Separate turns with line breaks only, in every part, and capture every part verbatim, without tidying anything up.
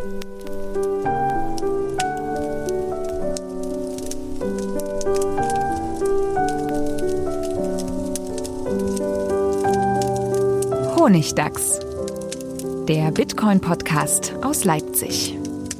Honigdachs, der Bitcoin-Podcast aus Leipzig.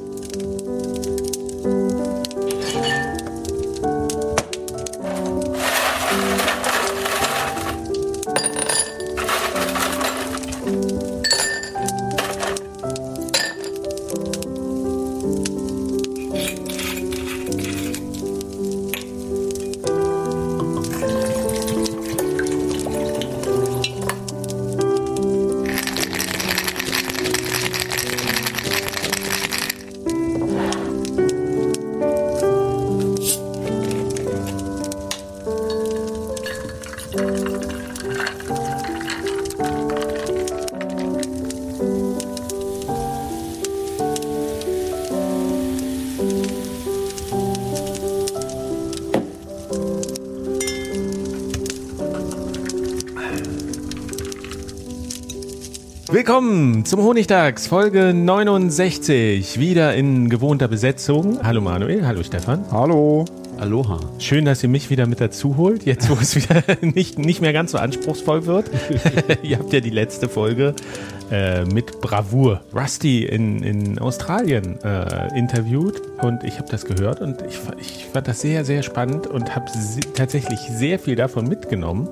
Willkommen zum Honigdachs, Folge neunundsechzig, wieder in gewohnter Besetzung. Hallo Manuel, hallo Stefan.
Hallo.
Aloha. Schön, dass ihr mich wieder mit dazu holt, jetzt wo es wieder nicht, nicht mehr ganz so anspruchsvoll wird. Ihr habt ja die letzte Folge äh, mit Bravour Rusty in, in Australien äh, interviewt und ich habe das gehört und ich, ich fand das sehr, sehr spannend und habe tatsächlich sehr viel davon mitgenommen.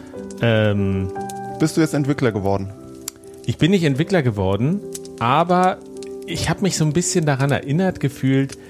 Ähm,
Bist du jetzt Entwickler geworden?
Ich bin nicht Entwickler geworden, aber ich habe mich so ein bisschen daran erinnert gefühlt,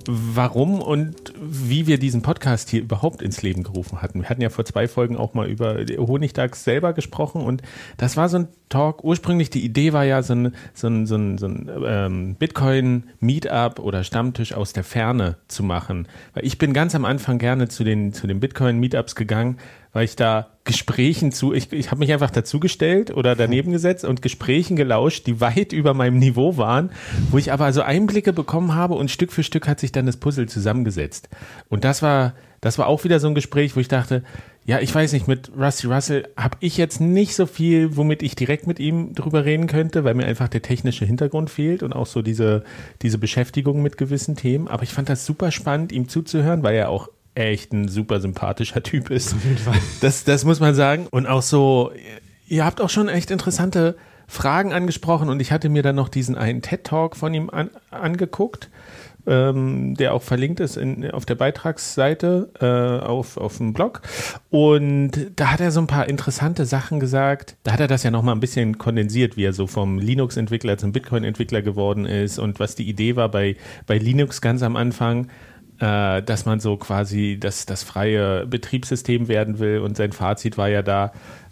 warum und wie wir diesen Podcast hier überhaupt ins Leben gerufen hatten. Wir hatten ja vor zwei Folgen auch mal über Honigdachs selber gesprochen und das war so ein Talk. Ursprünglich die Idee war ja so ein, so ein, so ein, so ein ähm, Bitcoin-Meetup oder Stammtisch aus der Ferne zu machen. Weil ich bin ganz am Anfang gerne zu den, zu den Bitcoin-Meetups gegangen, weil ich da Gesprächen zu, ich, ich habe mich einfach dazugestellt oder daneben gesetzt und Gesprächen gelauscht, die weit über meinem Niveau waren, wo ich aber also Einblicke bekommen habe und Stück für Stück hat sich dann das Puzzle zusammengesetzt. Und das war, das war auch wieder so ein Gespräch, wo ich dachte, ja, ich weiß nicht, mit Rusty Russell habe ich jetzt nicht so viel, womit ich direkt mit ihm drüber reden könnte, weil mir einfach der technische Hintergrund fehlt und auch so diese, diese Beschäftigung mit gewissen Themen. Aber ich fand das super spannend, ihm zuzuhören, weil er auch echt ein super sympathischer Typ ist. Auf jeden Fall. Das, das muss man sagen. Und auch so, ihr habt auch schon echt interessante Fragen angesprochen und ich hatte mir dann noch diesen einen TED-Talk von ihm an, angeguckt, ähm, der auch verlinkt ist in, auf der Beitragsseite äh, auf, auf dem Blog. Und da hat er so ein paar interessante Sachen gesagt. Da hat er das ja nochmal ein bisschen kondensiert, wie er so vom Linux-Entwickler zum Bitcoin-Entwickler geworden ist und was die Idee war bei, bei Linux ganz am Anfang, dass man so quasi das, das freie Betriebssystem werden will und sein Fazit war ja da,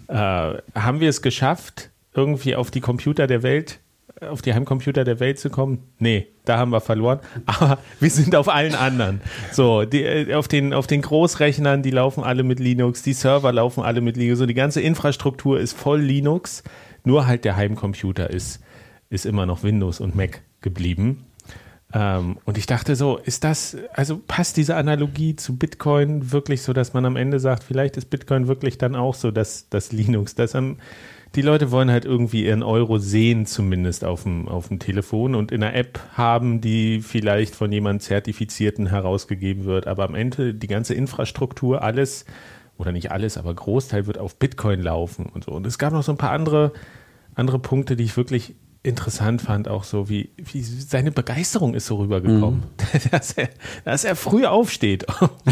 äh, haben wir es geschafft, irgendwie auf die Computer der Welt, auf die Heimcomputer der Welt zu kommen? Nee, da haben wir verloren, aber wir sind auf allen anderen. So, die, auf den, auf den Großrechnern, die laufen alle mit Linux, die Server laufen alle mit Linux, so die ganze Infrastruktur ist voll Linux, nur halt der Heimcomputer ist, ist immer noch Windows und Mac geblieben. Ähm, und ich dachte so, ist das, also passt diese Analogie zu Bitcoin wirklich so, dass man am Ende sagt, vielleicht ist Bitcoin wirklich dann auch so, dass das Linux, dass am, die Leute wollen halt irgendwie ihren Euro sehen, zumindest auf dem, auf dem Telefon und in einer App haben, die vielleicht von jemandem Zertifizierten herausgegeben wird, aber am Ende die ganze Infrastruktur, alles, oder nicht alles, aber Großteil wird auf Bitcoin laufen und so. Und es gab noch so ein paar andere, andere Punkte, die ich wirklich interessant fand, auch so, wie, wie seine Begeisterung ist so rübergekommen. Mhm. Dass, er, dass er früh aufsteht.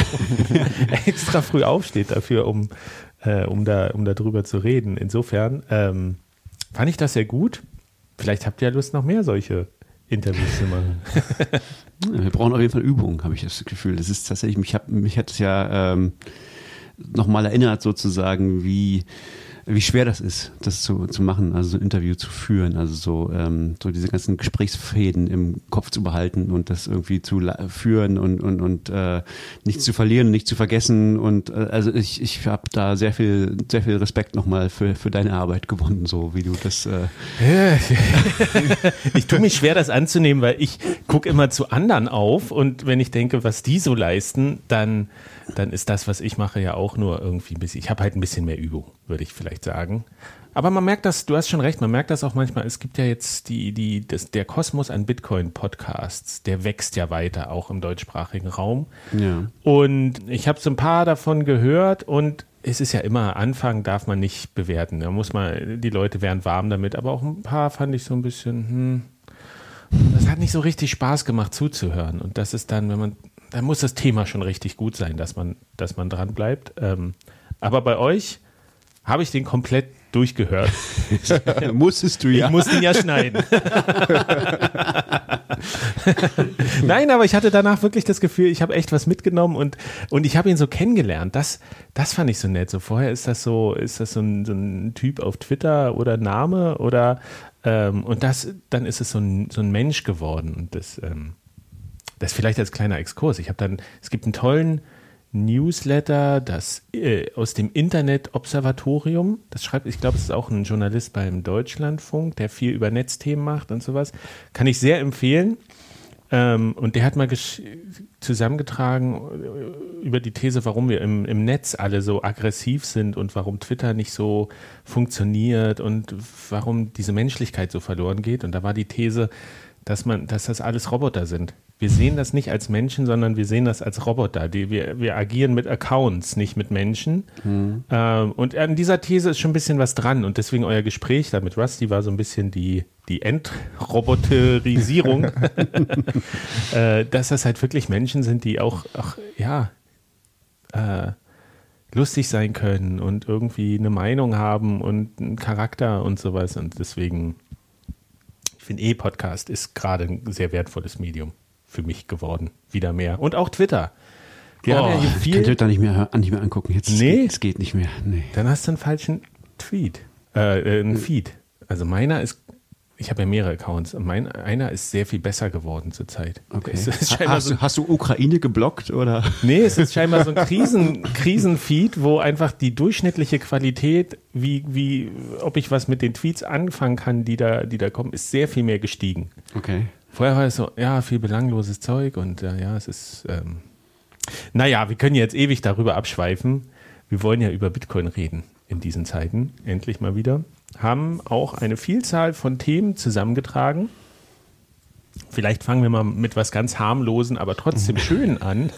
Extra früh aufsteht dafür, um, äh, um, da, um da drüber zu reden. Insofern ähm, fand ich das sehr gut. Vielleicht habt ihr ja Lust, noch mehr solche Interviews zu machen.
Wir brauchen auf jeden Fall Übung, habe ich das Gefühl. Das ist tatsächlich, mich hat, mich hat es ja ähm, nochmal erinnert sozusagen, wie wie schwer das ist, das zu, zu machen, also so ein Interview zu führen, also so, ähm, so diese ganzen Gesprächsfäden im Kopf zu behalten und das irgendwie zu la- führen und, und, und äh, nicht zu verlieren, nicht zu vergessen und äh, also ich, ich habe da sehr viel, sehr viel Respekt nochmal für, für deine Arbeit gewonnen, so wie du das äh
Ich tue mich schwer, das anzunehmen, weil ich gucke immer zu anderen auf und wenn ich denke, was die so leisten, dann, dann ist das, was ich mache, ja auch nur irgendwie ein bisschen, ich habe halt ein bisschen mehr Übung. würde ich vielleicht sagen. Aber man merkt das, du hast schon recht, man merkt das auch manchmal, es gibt ja jetzt die, die, das, der Kosmos an Bitcoin-Podcasts, der wächst ja weiter, auch im deutschsprachigen Raum.
Ja.
Und ich habe so ein paar davon gehört und es ist ja immer, Anfang darf man nicht bewerten, da muss man, die Leute werden warm damit, aber auch ein paar fand ich so ein bisschen, hm, das hat nicht so richtig Spaß gemacht zuzuhören und das ist dann, wenn man, da muss das Thema schon richtig gut sein, dass man, dass man dran bleibt. Ähm, aber bei euch habe ich den komplett durchgehört.
Musstest du ja.
Ich musste ihn ja schneiden. Nein, aber ich hatte danach wirklich das Gefühl, ich habe echt was mitgenommen und, und ich habe ihn so kennengelernt. Das, das fand ich so nett. So vorher ist das so, ist das so ein, so ein Typ auf Twitter oder Name oder ähm, und das, dann ist es so ein, so ein Mensch geworden. Und das, ähm, das vielleicht als kleiner Exkurs. Ich habe dann, es gibt einen tollen Newsletter, das äh, aus dem Internet-Observatorium, das schreibt, ich glaube, es ist auch ein Journalist beim Deutschlandfunk, der viel über Netzthemen macht und sowas, kann ich sehr empfehlen. Ähm, und der hat mal gesch- zusammengetragen über die These, warum wir im, im Netz alle so aggressiv sind und warum Twitter nicht so funktioniert und warum diese Menschlichkeit so verloren geht. Und da war die These, dass man, dass das alles Roboter sind. Wir sehen das nicht als Menschen, sondern wir sehen das als Roboter. Die, wir, wir agieren mit Accounts, nicht mit Menschen. Mhm. Ähm, und an dieser These ist schon ein bisschen was dran. Und deswegen euer Gespräch da mit Rusty war so ein bisschen die, die Entroboterisierung, äh, dass das halt wirklich Menschen sind, die auch, auch ja, äh, lustig sein können und irgendwie eine Meinung haben und einen Charakter und sowas. Und deswegen, ich finde E-Podcast ist gerade ein sehr wertvolles Medium für mich geworden, wieder mehr. Und auch Twitter.
Die oh, ja viel, ich kann Twitter nicht mehr, nicht mehr angucken. Jetzt
nee?
Es geht nicht mehr. Nee.
Dann hast du einen falschen Tweet. Äh, einen Feed. Also meiner ist, ich habe ja mehrere Accounts. Mein, einer ist sehr viel besser geworden zurzeit.
Okay. Ist, ist hast, so, du, hast du Ukraine geblockt, oder?
Nee, es ist scheinbar so ein Krisen, Krisenfeed, wo einfach die durchschnittliche Qualität, wie, wie, ob ich was mit den Tweets anfangen kann, die da, die da kommen, ist sehr viel mehr gestiegen.
Okay.
Vorher war es so, ja, viel belangloses Zeug und äh, ja, es ist, ähm, naja, wir können jetzt ewig darüber abschweifen. Wir wollen ja über Bitcoin reden in diesen Zeiten, endlich mal wieder. Haben auch eine Vielzahl von Themen zusammengetragen. Vielleicht fangen wir mal mit was ganz harmlosen, aber trotzdem schön an.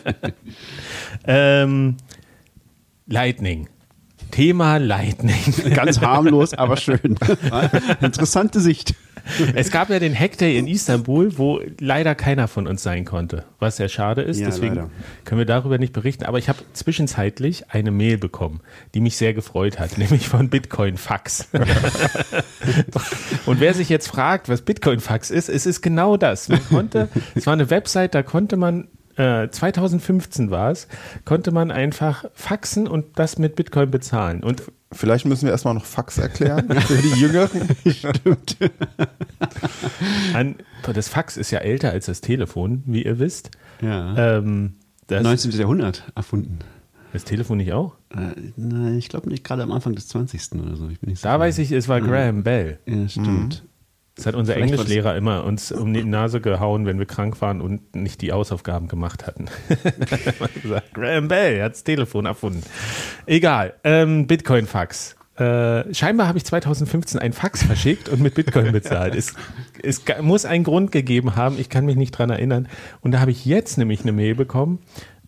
ähm, Lightning. Thema Lightning.
Ganz harmlos, aber schön. Interessante Sicht.
Es gab ja den Hackday in Istanbul, wo leider keiner von uns sein konnte, was sehr schade ist. Ja, deswegen leider. Können wir darüber nicht berichten. Aber ich habe zwischenzeitlich eine Mail bekommen, die mich sehr gefreut hat, nämlich von Bitcoin-Fax. Und wer sich jetzt fragt, was Bitcoin-Fax ist, es ist genau das. Man konnte, es war eine Website, da konnte man zwanzig fünfzehn war es, konnte man einfach faxen und das mit Bitcoin bezahlen. Und
vielleicht müssen wir erstmal noch Fax erklären für die Jüngeren.
Stimmt. An, das Fax ist ja älter als das Telefon, wie ihr wisst.
Ja.
Ähm, das
neunzehnten. Jahrhundert erfunden.
Das Telefon nicht auch?
Äh, nein, ich glaube nicht, gerade am Anfang des zwanzigsten oder so. Ich bin nicht
da sicher. Weiß ich, es war Graham Bell.
Ja, stimmt. Mhm.
Das hat unser Vielleicht Englischlehrer immer uns um die Nase gehauen, wenn wir krank waren und nicht die Hausaufgaben gemacht hatten. gesagt, Graham Bell hat das Telefon erfunden. Egal, ähm, Bitcoin-Fax. Äh, scheinbar habe ich zwanzig fünfzehn ein Fax verschickt und mit Bitcoin bezahlt. Es, es muss einen Grund gegeben haben, ich kann mich nicht dran erinnern. Und da habe ich jetzt nämlich eine Mail bekommen,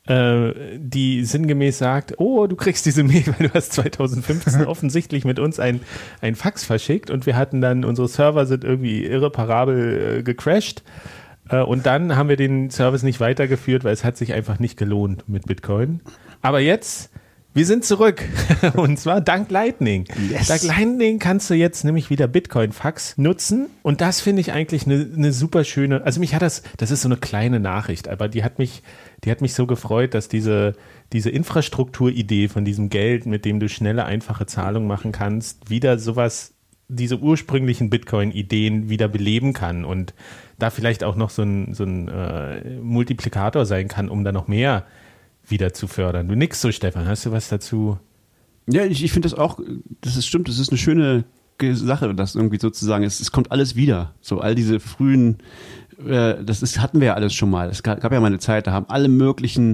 die sinngemäß sagt, oh, du kriegst diese Mail, weil du hast zwanzig fünfzehn offensichtlich mit uns ein, ein Fax verschickt und wir hatten dann, unsere Server sind irgendwie irreparabel äh, gecrashed äh, und dann haben wir den Service nicht weitergeführt, weil es hat sich einfach nicht gelohnt mit Bitcoin. Aber jetzt, wir sind zurück und zwar dank Lightning.
Yes.
Dank Lightning kannst du jetzt nämlich wieder Bitcoin-Fax nutzen und das finde ich eigentlich eine, eine super schöne, also mich hat das, das ist so eine kleine Nachricht, aber die hat mich Die hat mich so gefreut, dass diese, diese Infrastrukturidee von diesem Geld, mit dem du schnelle, einfache Zahlungen machen kannst, wieder sowas, diese ursprünglichen Bitcoin-Ideen wieder beleben kann und da vielleicht auch noch so ein, so ein äh, Multiplikator sein kann, um da noch mehr wieder zu fördern. Du nix so, Stefan. Hast du was dazu?
Ja, ich, ich finde das auch, das ist stimmt, das ist eine schöne Sache, dass irgendwie sozusagen, es, es kommt alles wieder. So all diese frühen, äh, das ist, hatten wir ja alles schon mal. Es gab, gab ja mal eine Zeit, da haben alle möglichen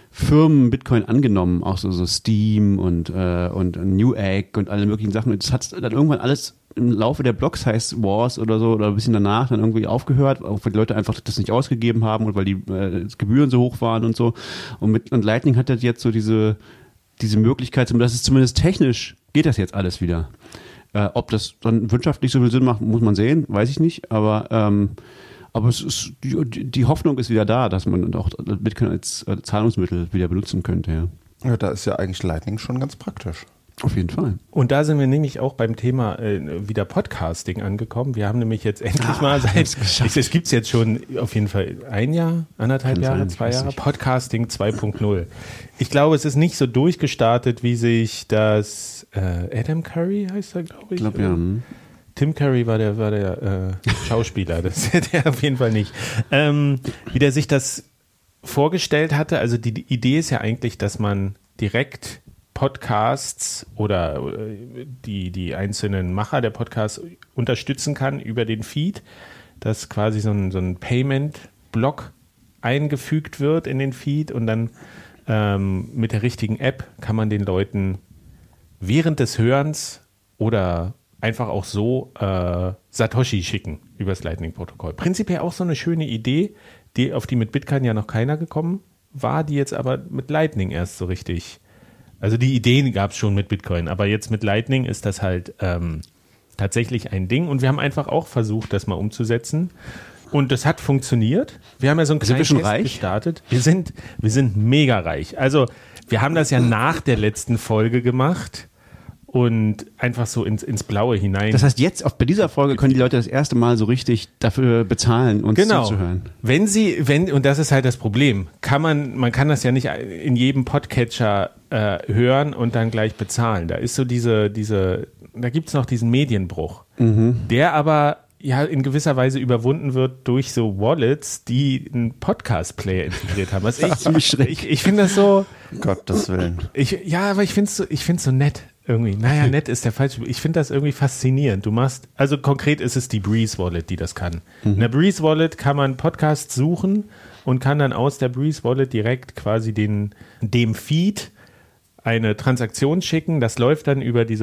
Firmen Bitcoin angenommen, auch so, so Steam und, äh, und Newegg und alle möglichen Sachen. Und das hat dann irgendwann alles im Laufe der Block-Size Wars oder so oder ein bisschen danach dann irgendwie aufgehört, auch weil die Leute einfach das nicht ausgegeben haben und weil die äh, Gebühren so hoch waren und so. Und mit und Lightning hat das jetzt so diese, diese Möglichkeit, das ist zumindest technisch, geht das jetzt alles wieder. Äh, ob das dann wirtschaftlich so viel Sinn macht, muss man sehen, weiß ich nicht, aber ähm, aber es ist, die, die Hoffnung ist wieder da, dass man auch Bitcoin als äh, Zahlungsmittel wieder benutzen könnte. Ja.
Ja, da ist ja eigentlich Lightning schon ganz praktisch.
Auf jeden Fall.
Und da sind wir nämlich auch beim Thema äh, wieder Podcasting angekommen. Wir haben nämlich jetzt endlich
ah,
mal seit, es, es gibt es jetzt schon auf jeden Fall ein Jahr, anderthalb Kann Jahre, sein, zwei Jahre, Podcasting zwei Punkt null. Ich glaube, es ist nicht so durchgestartet, wie sich das äh, Adam Curry heißt er, glaube ich. Ich glaube, ja. Tim Curry war der, war der äh, Schauspieler, das ist der auf jeden Fall nicht. Ähm, wie der sich das vorgestellt hatte, also die, die Idee ist ja eigentlich, dass man direkt Podcasts oder die, die einzelnen Macher der Podcasts unterstützen kann über den Feed, dass quasi so ein, so ein Payment-Block eingefügt wird in den Feed und dann ähm, mit der richtigen App kann man den Leuten während des Hörens oder einfach auch so äh, Satoshi schicken über das Lightning-Protokoll. Prinzipiell auch so eine schöne Idee, die, auf die mit Bitcoin ja noch keiner gekommen war, die jetzt aber mit Lightning erst so richtig. Also die Ideen gab es schon mit Bitcoin, aber jetzt mit Lightning ist das halt ähm, tatsächlich ein Ding. Und wir haben einfach auch versucht, das mal umzusetzen. Und das hat funktioniert. Wir haben ja so einen kleinen
Test
reich? gestartet. Wir sind, wir sind mega reich. Also wir haben das ja nach der letzten Folge gemacht und einfach so ins, ins Blaue hinein.
Das heißt, jetzt auf, bei dieser Folge können die Leute das erste Mal so richtig dafür bezahlen, uns
genau.
zuzuhören.
Wenn sie, wenn, und das ist halt das Problem, kann man, man kann das ja nicht in jedem Podcatcher äh, hören und dann gleich bezahlen. Da ist so diese, diese, da gibt es noch diesen Medienbruch, mhm. der aber ja in gewisser Weise überwunden wird durch so Wallets, die einen Podcast-Player integriert haben. Also ich ich, ich finde das so.
Gottes Willen.
Ich, ja, aber ich finde es so, ich find's so nett. Irgendwie, naja, nett ist der falsche. Ich finde das irgendwie faszinierend. Du machst, also konkret ist es die Breeze Wallet, die das kann. Mhm. In der Breeze Wallet kann man Podcasts suchen und kann dann aus der Breeze Wallet direkt quasi den, dem Feed eine Transaktion schicken. Das läuft dann über diese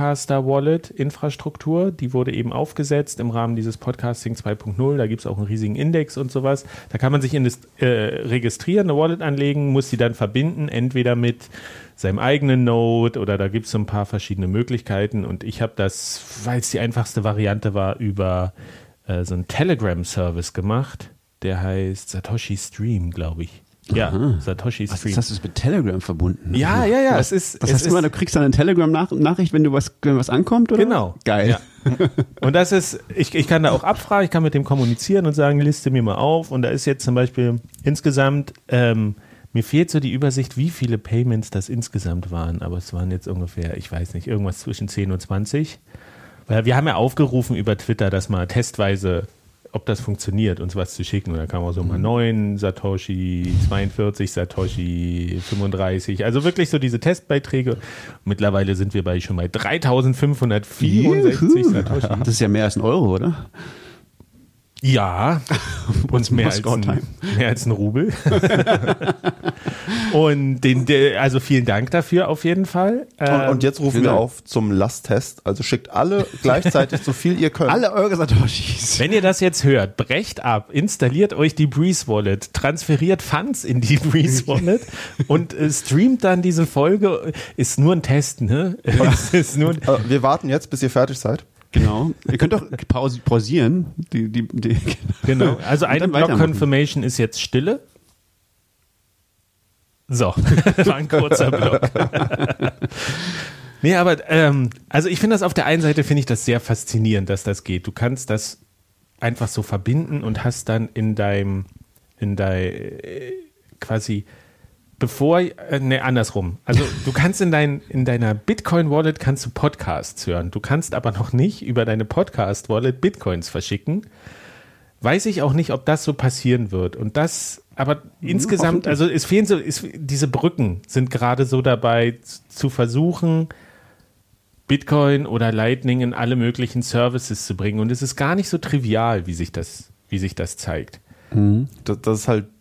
Podcaster-Wallet-Infrastruktur. Die wurde eben aufgesetzt im Rahmen dieses Podcasting zwei Punkt null. Da gibt es auch einen riesigen Index und sowas. Da kann man sich in das äh, registrieren, eine Wallet anlegen, muss sie dann verbinden, entweder mit seinem eigenen Node oder da gibt es so ein paar verschiedene Möglichkeiten. Und ich habe das, weil es die einfachste Variante war, über äh, so einen Telegram-Service gemacht. Der heißt Satoshi Stream, glaube ich. Ja, Aha. Satoshi Stream.
Was hast du das mit Telegram verbunden?
Ja, ja, ja.
Was,
es ist,
was
es
hast
ist,
du mal? Du kriegst dann eine Telegram-Nachricht, wenn du was, wenn was ankommt, oder?
Genau.
Geil.
Ja. Und das ist, ich, ich kann da auch abfragen, ich kann mit dem kommunizieren und sagen, liste mir mal auf. Und da ist jetzt zum Beispiel insgesamt, ähm, mir fehlt so die Übersicht, wie viele Payments das insgesamt waren. Aber es waren jetzt ungefähr, ich weiß nicht, irgendwas zwischen zehn und zwanzig. Weil wir haben ja aufgerufen über Twitter, dass mal testweise, ob das funktioniert, uns was zu schicken. Und da kam auch so mal neun Satoshi, zweiundvierzig Satoshi, fünfunddreißig. Also wirklich so diese Testbeiträge. Mittlerweile sind wir bei schon bei dreitausendfünfhundertvierundsechzig Satoshi.
Das ist ja mehr als ein Euro, oder?
Ja, und mehr als, ein, mehr als ein Rubel. Und den, der, also vielen Dank dafür auf jeden Fall.
Und, und jetzt rufen wir auf zum Lasttest. Also schickt alle gleichzeitig so viel ihr könnt.
Alle eure Satoshis.
Wenn ihr das jetzt hört, brecht ab, installiert euch die Breeze Wallet, transferiert Funds in die Breeze Wallet und äh, streamt dann diese Folge. Ist nur ein Test, ne? Es ist nur ein
wir warten jetzt, bis ihr fertig seid.
Genau. Ihr könnt doch paus- pausieren. Die, die, die,
genau. Also eine Block-Confirmation ist jetzt Stille. So, war ein kurzer Block. Nee, aber ähm, also ich finde das auf der einen Seite finde ich das sehr faszinierend, dass das geht. Du kannst das einfach so verbinden und hast dann in deinem, in dein äh, quasi Bevor, äh, ne, andersrum. Also du kannst in, dein, in deiner Bitcoin-Wallet kannst du Podcasts hören. Du kannst aber noch nicht über deine Podcast-Wallet Bitcoins verschicken. Weiß ich auch nicht, ob das so passieren wird. Und das, aber mhm, insgesamt, also es fehlen so, es, diese Brücken sind gerade so dabei zu versuchen, Bitcoin oder Lightning in alle möglichen Services zu bringen. Und es ist gar nicht so trivial, wie sich das, wie sich das zeigt.
Das, das ist halt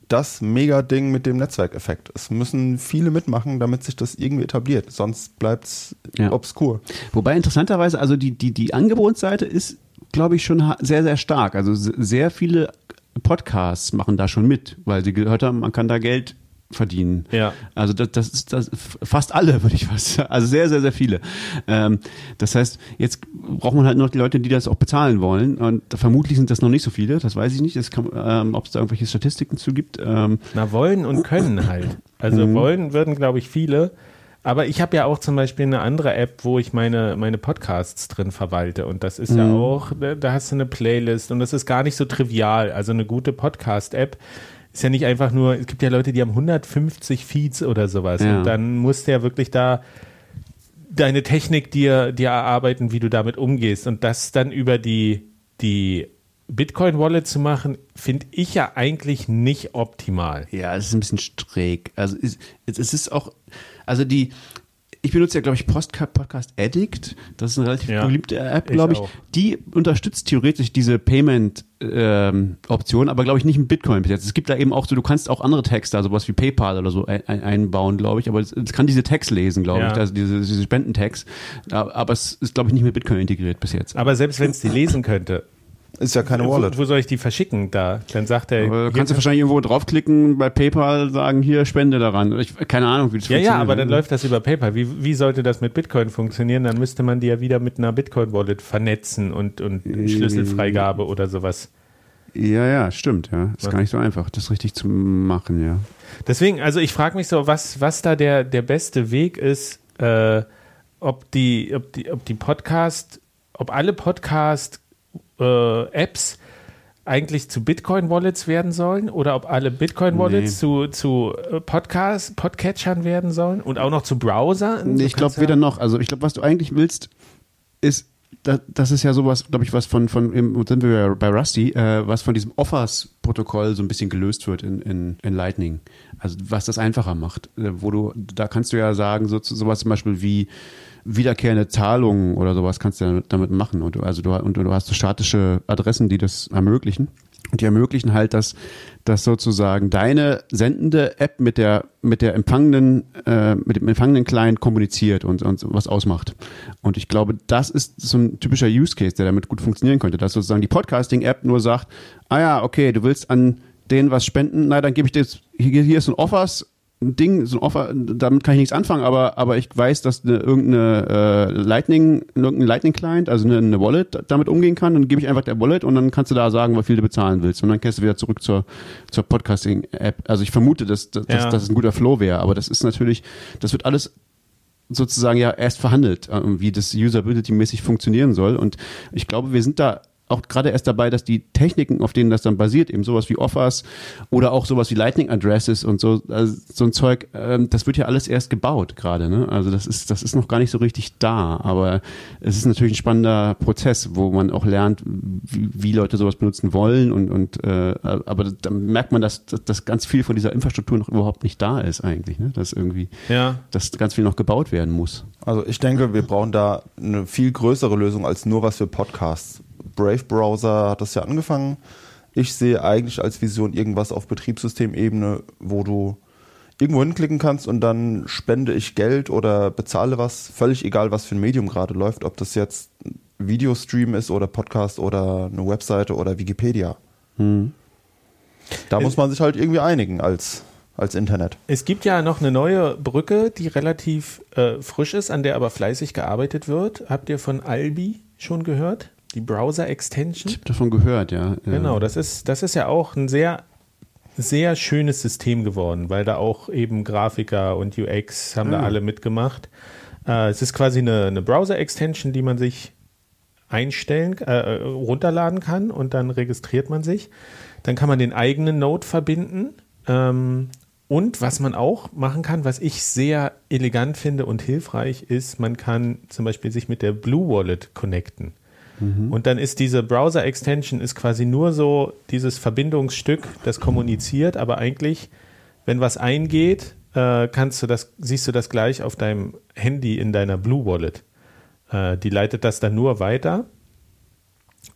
das Mega-Ding mit dem Netzwerkeffekt. Es müssen viele mitmachen, damit sich das irgendwie etabliert. Sonst bleibt es
Ja.
obskur.
Wobei interessanterweise, also die, die, die Angebotsseite ist, glaube ich, schon ha- sehr, sehr stark. Also s- sehr viele Podcasts machen da schon mit, weil sie gehört haben, man kann da Geld verdienen.
Ja.
Also das, das ist das fast alle, würde ich fast sagen. Also sehr, sehr, sehr viele. Ähm, das heißt, jetzt braucht man halt noch die Leute, die das auch bezahlen wollen. Und vermutlich sind das noch nicht so viele, das weiß ich nicht. Das kann, ähm, ob es da irgendwelche Statistiken zu gibt. Ähm,
Na, wollen und können halt. Also
Mhm.
wollen würden, glaube ich, viele. Aber ich habe ja auch zum Beispiel eine andere App, wo ich meine, meine Podcasts drin verwalte. Und das ist ja
Mhm.
auch, da da hast du eine Playlist und das ist gar nicht so trivial. Also eine gute Podcast-App ist ja nicht einfach nur, es gibt ja Leute, die haben hundertfünfzig Feeds oder sowas.
Ja.
Und dann musst du ja wirklich da deine Technik dir, dir erarbeiten, wie du damit umgehst. Und das dann über die, die Bitcoin-Wallet zu machen, finde ich ja eigentlich nicht optimal.
Ja, es ist ein bisschen schräg. Also es, es ist auch, also die, ich benutze ja, glaube ich, Postca- Podcast Addict. Das ist eine relativ
Ja,
beliebte App,
ich
glaube ich.
auch.
Die unterstützt theoretisch diese Payment-Option, aber glaube ich nicht mit Bitcoin bis jetzt. Es gibt da eben auch so, du kannst auch andere Texte, also sowas wie PayPal oder so ein, ein, einbauen, glaube ich. Aber es, es kann diese Tags lesen, glaube
Ja.
ich, also diese, diese Spendentags. Aber aber es ist, glaube ich, nicht mit Bitcoin integriert bis jetzt.
Aber selbst wenn es die lesen könnte,
Ist ja keine
wo,
Wallet.
wo soll ich die verschicken da? Dann sagt er,
Aber
hier
kannst du wahrscheinlich irgendwo draufklicken, bei PayPal sagen, hier, Spende daran. Ich, keine Ahnung, wie das
ja, ja,
funktioniert.
aber dann läuft das über PayPal. Wie, wie sollte das mit Bitcoin funktionieren? Dann müsste man die ja wieder mit einer Bitcoin-Wallet vernetzen und, und Schlüsselfreigabe oder sowas.
Ja, ja, stimmt, ja. Ist
Ja.
gar nicht so einfach, das richtig zu machen, ja.
Deswegen, also ich frage mich so, was, was da der, der beste Weg ist, äh, ob die, ob die, ob die Podcast, ob alle Podcast-Apps eigentlich zu Bitcoin-Wallets werden sollen oder ob alle Bitcoin-Wallets
Nee.
zu, zu äh, Podcast, Podcatchern werden sollen und auch noch zu Browsern.
Nee, ich
Du
glaube
kannst
weder
ja,
noch. Also ich glaube, was du eigentlich willst, ist, da, das ist ja sowas, glaube ich, was von, von im, sind wir bei Rusty, äh, was von diesem Offers-Protokoll so ein bisschen gelöst wird in, in, in Lightning. Also was das einfacher macht. Äh, wo du, da kannst du ja sagen, so, sowas zum Beispiel wie wiederkehrende Zahlungen oder sowas kannst du ja damit machen. Und du, also du, und du hast so statische Adressen, die das ermöglichen. Und die ermöglichen halt, dass, dass sozusagen deine sendende App mit der, mit der empfangenen, äh, mit dem empfangenen Client kommuniziert und, und was ausmacht. Und ich glaube, das ist so ein typischer Use Case, der damit gut funktionieren könnte, dass sozusagen die Podcasting-App nur sagt, ah ja, okay, du willst an denen was spenden, na, dann gebe ich dir jetzt, hier, hier ist so ein Offers, ein Ding, so ein Offer, damit kann ich nichts anfangen, aber, aber ich weiß, dass eine, irgendeine äh, Lightning, irgendein Lightning-Client, also eine, eine Wallet damit umgehen kann, dann gebe ich einfach der Wallet und dann kannst du da sagen, wie viel du bezahlen willst und dann kehrst du wieder zurück zur, zur Podcasting-App. Also ich vermute, dass, dass,
Ja.
dass das ein guter Flow wäre, aber das ist natürlich, das wird alles sozusagen ja erst verhandelt, äh, wie das Usability-mäßig funktionieren soll und ich glaube, wir sind da auch gerade erst dabei, dass die Techniken, auf denen das dann basiert, eben sowas wie Offers oder auch sowas wie Lightning Addresses und so, also so ein Zeug, ähm, das wird ja alles erst gebaut gerade, ne? Also das ist, das ist noch gar nicht so richtig da, aber es ist natürlich ein spannender Prozess, wo man auch lernt, wie, wie Leute sowas benutzen wollen und, und äh, aber da merkt man, dass, dass ganz viel von dieser Infrastruktur noch überhaupt nicht da ist eigentlich, ne? Dass irgendwie,
ja.
dass ganz viel noch gebaut werden muss.
Also ich denke, wir brauchen da eine viel größere Lösung als nur was für Podcasts. Brave Browser hat das ja angefangen. Ich sehe eigentlich als Vision irgendwas auf Betriebssystemebene, wo du irgendwo hinklicken kannst und dann spende ich Geld oder bezahle was, völlig egal, was für ein Medium gerade läuft, ob das jetzt ein Videostream ist oder Podcast oder eine Webseite oder Wikipedia.
Hm.
Da muss man sich halt irgendwie einigen als, als Internet.
Es gibt ja noch eine neue Brücke, die relativ äh, frisch ist, an der aber fleißig gearbeitet wird. Habt ihr von Albi schon gehört? Die Browser-Extension?
Ich habe davon gehört, ja.
Genau, das ist, das ist ja auch ein sehr, sehr schönes System geworden, weil da auch eben Grafiker und U X haben
Ah.
da alle mitgemacht. Äh, es ist quasi eine, eine Browser-Extension, die man sich einstellen, äh, runterladen kann und dann registriert man sich. Dann kann man den eigenen Node verbinden. Ähm, und was man auch machen kann, was ich sehr elegant finde und hilfreich ist, man kann zum Beispiel sich mit der Blue Wallet connecten. Und dann ist diese Browser-Extension ist quasi nur so dieses Verbindungsstück, das kommuniziert, aber eigentlich, wenn was eingeht, äh, kannst du das, siehst du das gleich auf deinem Handy in deiner Blue Wallet. Äh, die leitet das dann nur weiter.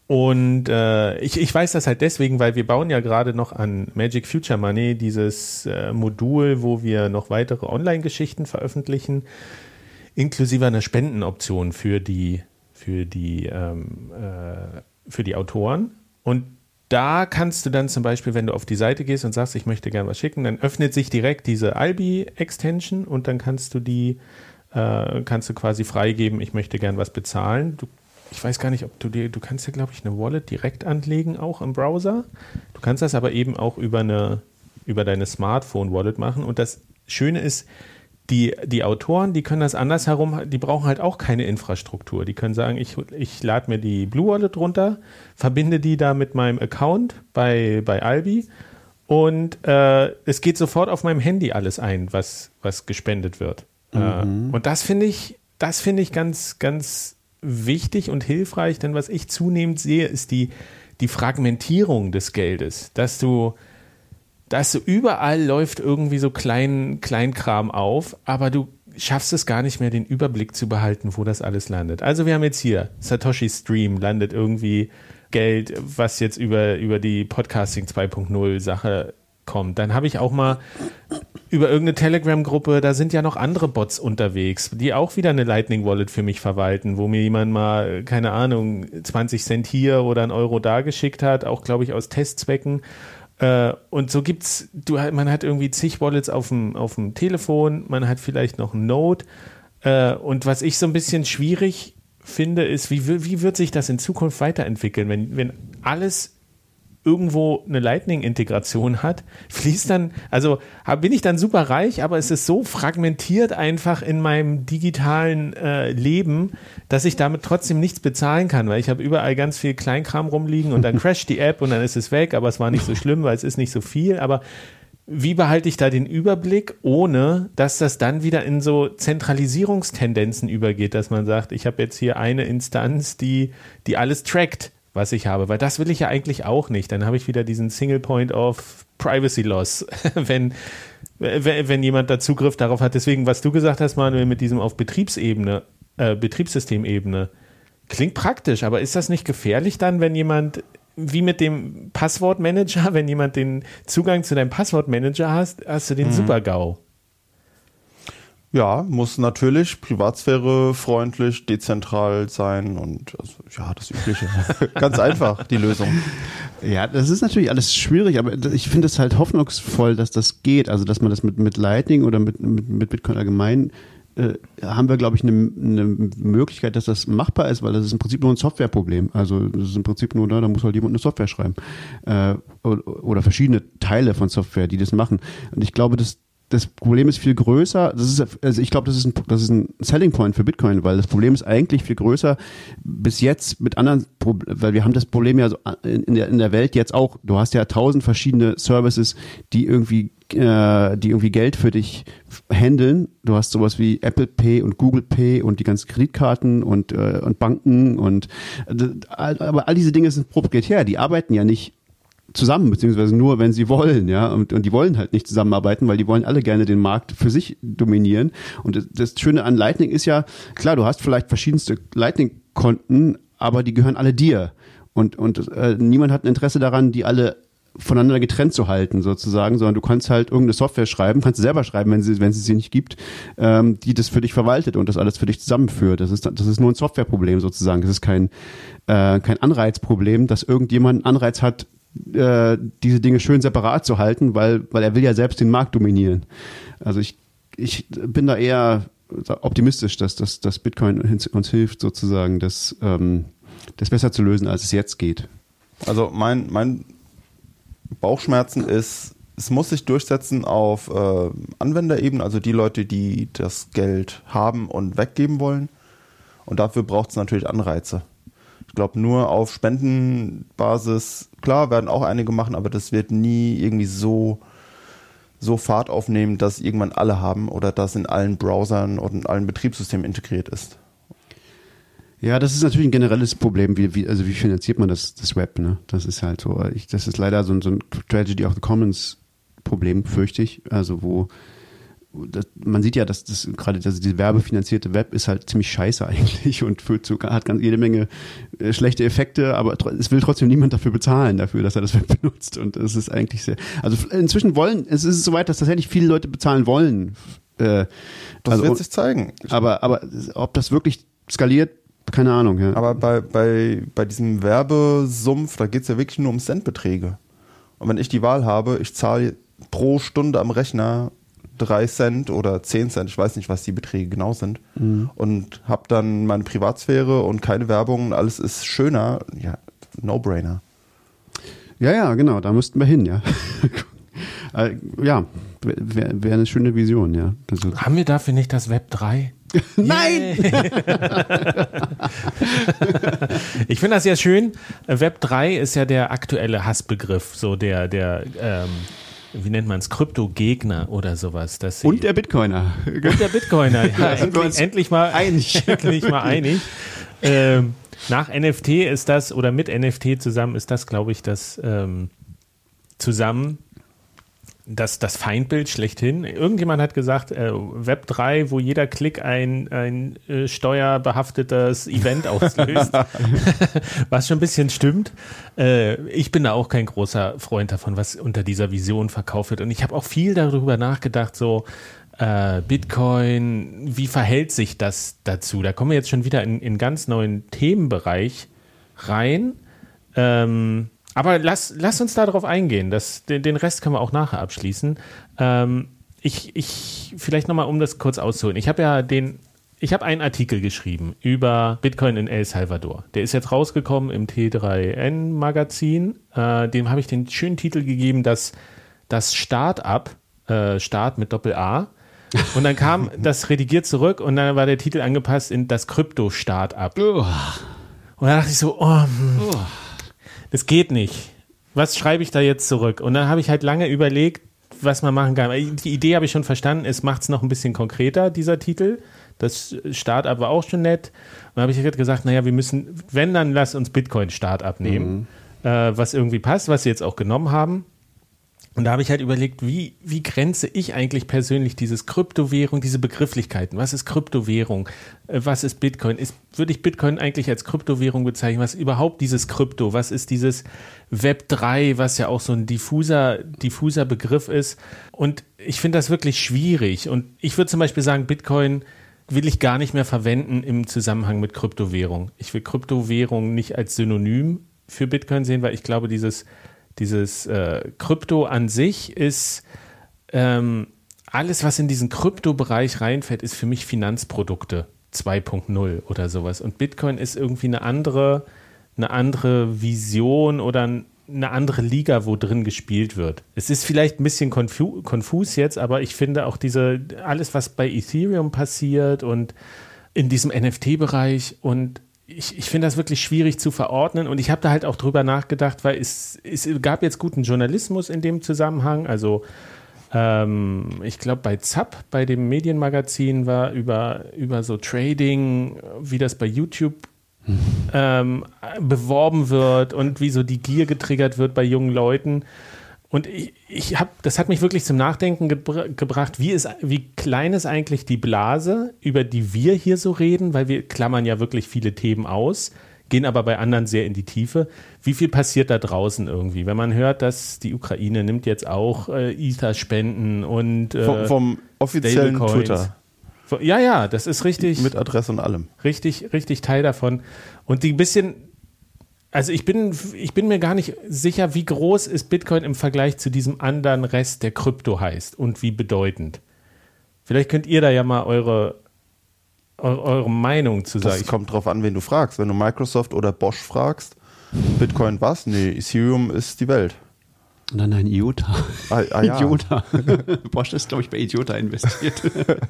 Und äh, ich, ich weiß das halt deswegen, weil wir bauen ja gerade noch an Magic Future Money, dieses äh, Modul, wo wir noch weitere Online-Geschichten veröffentlichen, inklusive einer Spendenoption für die, für die, ähm, äh, für die Autoren. Und da kannst du dann zum Beispiel, wenn du auf die Seite gehst und sagst, ich möchte gerne was schicken, dann öffnet sich direkt diese Albi-Extension und dann kannst du die, äh, kannst du quasi freigeben, ich möchte gerne was bezahlen. Du, ich weiß gar nicht, ob du dir, du kannst ja, glaube ich, eine Wallet direkt anlegen, auch im Browser. Du kannst das aber eben auch über eine, über deine Smartphone-Wallet machen. Und das Schöne ist, Die, die Autoren, die können das andersherum, die brauchen halt auch keine Infrastruktur. Die können sagen, ich, ich lade mir die Blue Wallet runter, verbinde die da mit meinem Account bei, bei Albi und äh, es geht sofort auf meinem Handy alles ein, was, was gespendet wird. Mhm. Äh, und das finde ich, das finde ich ganz, ganz wichtig und hilfreich, denn was ich zunehmend sehe, ist die, die Fragmentierung des Geldes, dass du dass du überall läuft irgendwie so klein, Kleinkram auf, aber du schaffst es gar nicht mehr, den Überblick zu behalten, wo das alles landet. Also wir haben jetzt hier Satoshi Stream, landet irgendwie Geld, was jetzt über, über die Podcasting zwei Punkt null Sache kommt. Dann habe ich auch mal über irgendeine Telegram-Gruppe, da sind ja noch andere Bots unterwegs, die auch wieder eine Lightning-Wallet für mich verwalten, wo mir jemand mal, keine Ahnung, zwanzig Cent hier oder einen Euro da geschickt hat, auch glaube ich aus Testzwecken. Und so gibt's, du, man hat irgendwie zig Wallets auf dem, auf dem Telefon, man hat vielleicht noch ein Node. Und was ich so ein bisschen schwierig finde, ist, wie, wie wird sich das in Zukunft weiterentwickeln, wenn, wenn alles irgendwo eine Lightning-Integration hat, fließt dann, also bin ich dann super reich, aber es ist so fragmentiert einfach in meinem digitalen äh, Leben, dass ich damit trotzdem nichts bezahlen kann, weil ich habe überall ganz viel Kleinkram rumliegen und dann crasht die App und dann ist es weg, aber es war nicht so schlimm, weil es ist nicht so viel, aber wie behalte ich da den Überblick, ohne dass das dann wieder in so Zentralisierungstendenzen übergeht, dass man sagt, ich habe jetzt hier eine Instanz, die, die alles trackt, was ich habe, weil das will ich ja eigentlich auch nicht. Dann habe ich wieder diesen Single Point of Privacy Loss, wenn, wenn, wenn jemand da Zugriff darauf hat. Deswegen, was du gesagt hast, Manuel, mit diesem auf Betriebsebene, äh, Betriebssystemebene, klingt praktisch, aber ist das nicht gefährlich dann, wenn jemand, wie mit dem Passwortmanager, wenn jemand den Zugang zu deinem Passwortmanager hast, hast du den mhm. Super-GAU.
Ja, muss natürlich privatsphärefreundlich, dezentral sein und also, ja, das Übliche. Ganz einfach, die Lösung.
Ja, das ist natürlich alles schwierig, aber ich finde es halt hoffnungsvoll, dass das geht. Also, dass man das mit, mit Lightning oder mit, mit, mit Bitcoin allgemein äh, haben wir, glaube ich, eine, eine Möglichkeit, dass das machbar ist, weil das ist im Prinzip nur ein Softwareproblem. Also, das ist im Prinzip nur, da, da muss halt jemand eine Software schreiben. Äh, oder, oder verschiedene Teile von Software, die das machen. Und ich glaube, das Das Problem ist viel größer. Das ist, also ich glaube, das ist ein, das ist ein Selling Point für Bitcoin, weil das Problem ist eigentlich viel größer bis jetzt mit anderen, weil wir haben das Problem ja so in der, in der Welt jetzt auch. Du hast ja tausend verschiedene Services, die irgendwie, äh, die irgendwie Geld für dich handeln. Du hast sowas wie Apple Pay und Google Pay und die ganzen Kreditkarten und, äh, und Banken und, aber all diese Dinge sind proprietär. Die arbeiten ja nicht zusammen, beziehungsweise nur, wenn sie wollen, ja, und, und die wollen halt nicht zusammenarbeiten, weil die wollen alle gerne den Markt für sich dominieren. Und das, das Schöne an Lightning ist ja, klar, du hast vielleicht verschiedenste Lightning-Konten, aber die gehören alle dir. Und, und äh, niemand hat ein Interesse daran, die alle voneinander getrennt zu halten, sozusagen, sondern du kannst halt irgendeine Software schreiben, kannst du selber schreiben, wenn sie, wenn sie sie nicht gibt, ähm, die das für dich verwaltet und das alles für dich zusammenführt. Das ist, das ist nur ein Softwareproblem sozusagen. Das ist kein, äh, kein Anreizproblem, dass irgendjemand einen Anreiz hat, diese Dinge schön separat zu halten, weil, weil er will ja selbst den Markt dominieren. Also ich, ich bin da eher optimistisch, dass, dass, dass Bitcoin uns hilft, sozusagen, das, ähm, das besser zu lösen, als es jetzt geht.
Also mein, mein Bauchschmerzen ist, es muss sich durchsetzen auf äh, Anwenderebene, also die Leute, die das Geld haben und weggeben wollen. Und dafür braucht es natürlich Anreize. Ich glaube, nur auf Spendenbasis, klar, werden auch einige machen, aber das wird nie irgendwie so, so Fahrt aufnehmen, dass irgendwann alle haben oder das in allen Browsern und in allen Betriebssystemen integriert ist.
Ja, das ist natürlich ein generelles Problem, wie, wie, also wie finanziert man das, das Web, ne? Das ist halt so, ich, das ist leider so ein, so ein Tragedy of the Commons Problem, fürchte ich, also wo das, man sieht ja, dass das gerade das, die werbefinanzierte Web ist halt ziemlich scheiße eigentlich und führt zu, hat ganz jede Menge äh, schlechte Effekte, aber tr- es will trotzdem niemand dafür bezahlen, dafür, dass er das Web benutzt. Und es ist eigentlich sehr, also inzwischen wollen, es ist soweit, dass tatsächlich viele Leute bezahlen wollen. Äh,
Das
also,
wird sich zeigen.
aber, aber ob das wirklich skaliert, keine Ahnung. Ja.
Aber bei, bei, bei diesem Werbesumpf, da geht es ja wirklich nur um Centbeträge. Und wenn ich die Wahl habe, ich zahle pro Stunde am Rechner drei Cent oder zehn Cent, ich weiß nicht, was die Beträge genau sind, mhm. und habe dann meine Privatsphäre und keine Werbung, alles ist schöner, ja, No-Brainer.
Ja, ja, genau, da müssten wir hin, ja. äh, ja, wäre wär eine schöne Vision, ja. Also,
haben wir dafür nicht das Web drei?
Nein!
Ich finde das ja schön. Web drei ist ja der aktuelle Hassbegriff, so der, der ähm, wie nennt man es, Krypto-Gegner oder sowas. Dass sie,
und der Bitcoiner.
Und der Bitcoiner, ja, endlich, endlich mal
einig.
endlich mal einig. Ähm, nach N F T ist das, oder mit N F T zusammen ist das, glaube ich, das ähm, zusammen Das, das Feindbild schlechthin. Irgendjemand hat gesagt, äh, Web drei, wo jeder Klick ein, ein äh, steuerbehaftetes Event auslöst, was schon ein bisschen stimmt. Äh, ich bin da auch kein großer Freund davon, was unter dieser Vision verkauft wird. Und ich habe auch viel darüber nachgedacht, so äh, Bitcoin, wie verhält sich das dazu? Da kommen wir jetzt schon wieder in einen ganz neuen Themenbereich rein. Ähm, Aber lass, lass uns darauf eingehen. Das, den, den Rest können wir auch nachher abschließen. Ähm, ich, ich, vielleicht nochmal, um das kurz auszuholen. Ich habe ja den, ich habe einen Artikel geschrieben über Bitcoin in El Salvador. Der ist jetzt rausgekommen im T drei N Magazin. Äh, dem habe ich den schönen Titel gegeben, das, das Start-up, äh, Start mit Doppel-A. Und dann kam das redigiert zurück und dann war der Titel angepasst in das Krypto-Start-up.
Oh.
Und dann dachte ich so, oh, hm. oh. Das geht nicht. Was schreibe ich da jetzt zurück? Und dann habe ich halt lange überlegt, was man machen kann. Die Idee habe ich schon verstanden, es macht es noch ein bisschen konkreter, dieser Titel. Das Start-up war auch schon nett. Und dann habe ich halt gesagt, naja, wir müssen, wenn, dann lass uns Bitcoin-Start-up nehmen, mhm. äh, was irgendwie passt, was sie jetzt auch genommen haben. Und da habe ich halt überlegt, wie, wie grenze ich eigentlich persönlich dieses Kryptowährung, diese Begrifflichkeiten? Was ist Kryptowährung? Was ist Bitcoin? Ist, würde ich Bitcoin eigentlich als Kryptowährung bezeichnen? Was ist überhaupt dieses Krypto? Was ist dieses Web drei, was ja auch so ein diffuser, diffuser Begriff ist? Und ich finde das wirklich schwierig. Und ich würde zum Beispiel sagen, Bitcoin will ich gar nicht mehr verwenden im Zusammenhang mit Kryptowährung. Ich will Kryptowährung nicht als Synonym für Bitcoin sehen, weil ich glaube, dieses Dieses äh, Krypto an sich ist, ähm, alles, was in diesen Kryptobereich reinfällt, ist für mich Finanzprodukte zwei Punkt null oder sowas. Und Bitcoin ist irgendwie eine andere, eine andere Vision oder eine andere Liga, wo drin gespielt wird. Es ist vielleicht ein bisschen konfu- konfus jetzt, aber ich finde auch diese, alles, was bei Ethereum passiert und in diesem N F T-Bereich und Ich, ich finde das wirklich schwierig zu verordnen und ich habe da halt auch drüber nachgedacht, weil es, es gab jetzt guten Journalismus in dem Zusammenhang, also ähm, ich glaube bei Zapp, bei dem Medienmagazin war über, über so Trading, wie das bei YouTube ähm, beworben wird und wie so die Gier getriggert wird bei jungen Leuten. Und ich, ich habe, das hat mich wirklich zum Nachdenken gebr- gebracht, wie, ist, wie klein ist eigentlich die Blase, über die wir hier so reden, weil wir klammern ja wirklich viele Themen aus, gehen aber bei anderen sehr in die Tiefe. Wie viel passiert da draußen irgendwie? Wenn man hört, dass die Ukraine nimmt jetzt auch äh, Ether-Spenden und äh,
vom, vom offiziellen Twitter.
Ja, ja, das ist richtig.
Mit Adresse und allem.
Richtig, richtig Teil davon. Und die bisschen... Also ich bin, ich bin mir gar nicht sicher, wie groß ist Bitcoin im Vergleich zu diesem anderen Rest, der Krypto heißt und wie bedeutend. Vielleicht könnt ihr da ja mal eure, eure, eure Meinung zu sagen.
Das kommt drauf an, wen du fragst. Wenn du Microsoft oder Bosch fragst, Bitcoin was? Nee, Ethereum ist die Welt.
Nein, nein, IOTA.
Ah, ah, ja.
IOTA. Bosch ist, glaube ich, bei IOTA investiert.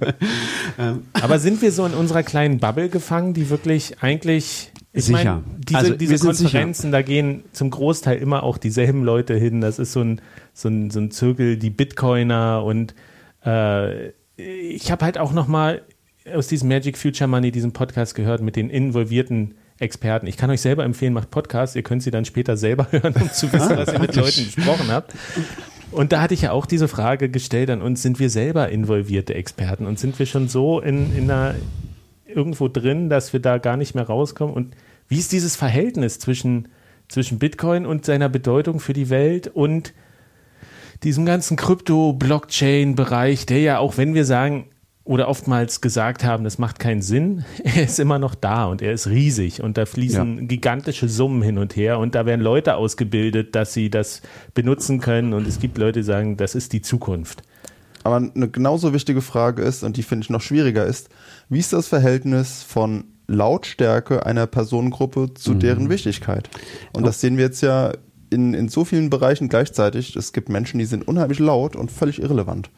Aber sind wir so in unserer kleinen Bubble gefangen, die wirklich eigentlich... Ich
sicher.
Meine, diese,
also,
diese Konferenzen, sicher. Da gehen zum Großteil immer auch dieselben Leute hin. Das ist so ein, so ein, so ein Zirkel, die Bitcoiner. Und äh, ich habe halt auch noch mal aus diesem Magic Future Money, diesem Podcast gehört mit den involvierten Experten. Ich kann euch selber empfehlen, macht Podcasts. Ihr könnt sie dann später selber hören, um zu wissen, ah, was ihr mit Leuten gesprochen habt. Und da hatte ich ja auch diese Frage gestellt an uns, sind wir selber involvierte Experten und sind wir schon so in, in einer, irgendwo drin, dass wir da gar nicht mehr rauskommen? Und wie ist dieses Verhältnis zwischen, zwischen Bitcoin und seiner Bedeutung für die Welt und diesem ganzen Krypto-Blockchain-Bereich, der ja auch, wenn wir sagen oder oftmals gesagt haben, das macht keinen Sinn, er ist immer noch da und er ist riesig und da fließen ja. gigantische Summen hin und her und da werden Leute ausgebildet, dass sie das benutzen können und es gibt Leute, die sagen, das ist die Zukunft.
Aber eine genauso wichtige Frage ist, und die finde ich noch schwieriger ist, wie ist das Verhältnis von Lautstärke einer Personengruppe zu mhm. deren Wichtigkeit? Und oh. das sehen wir jetzt ja In, in so vielen Bereichen gleichzeitig. Es gibt Menschen, die sind unheimlich laut und völlig irrelevant.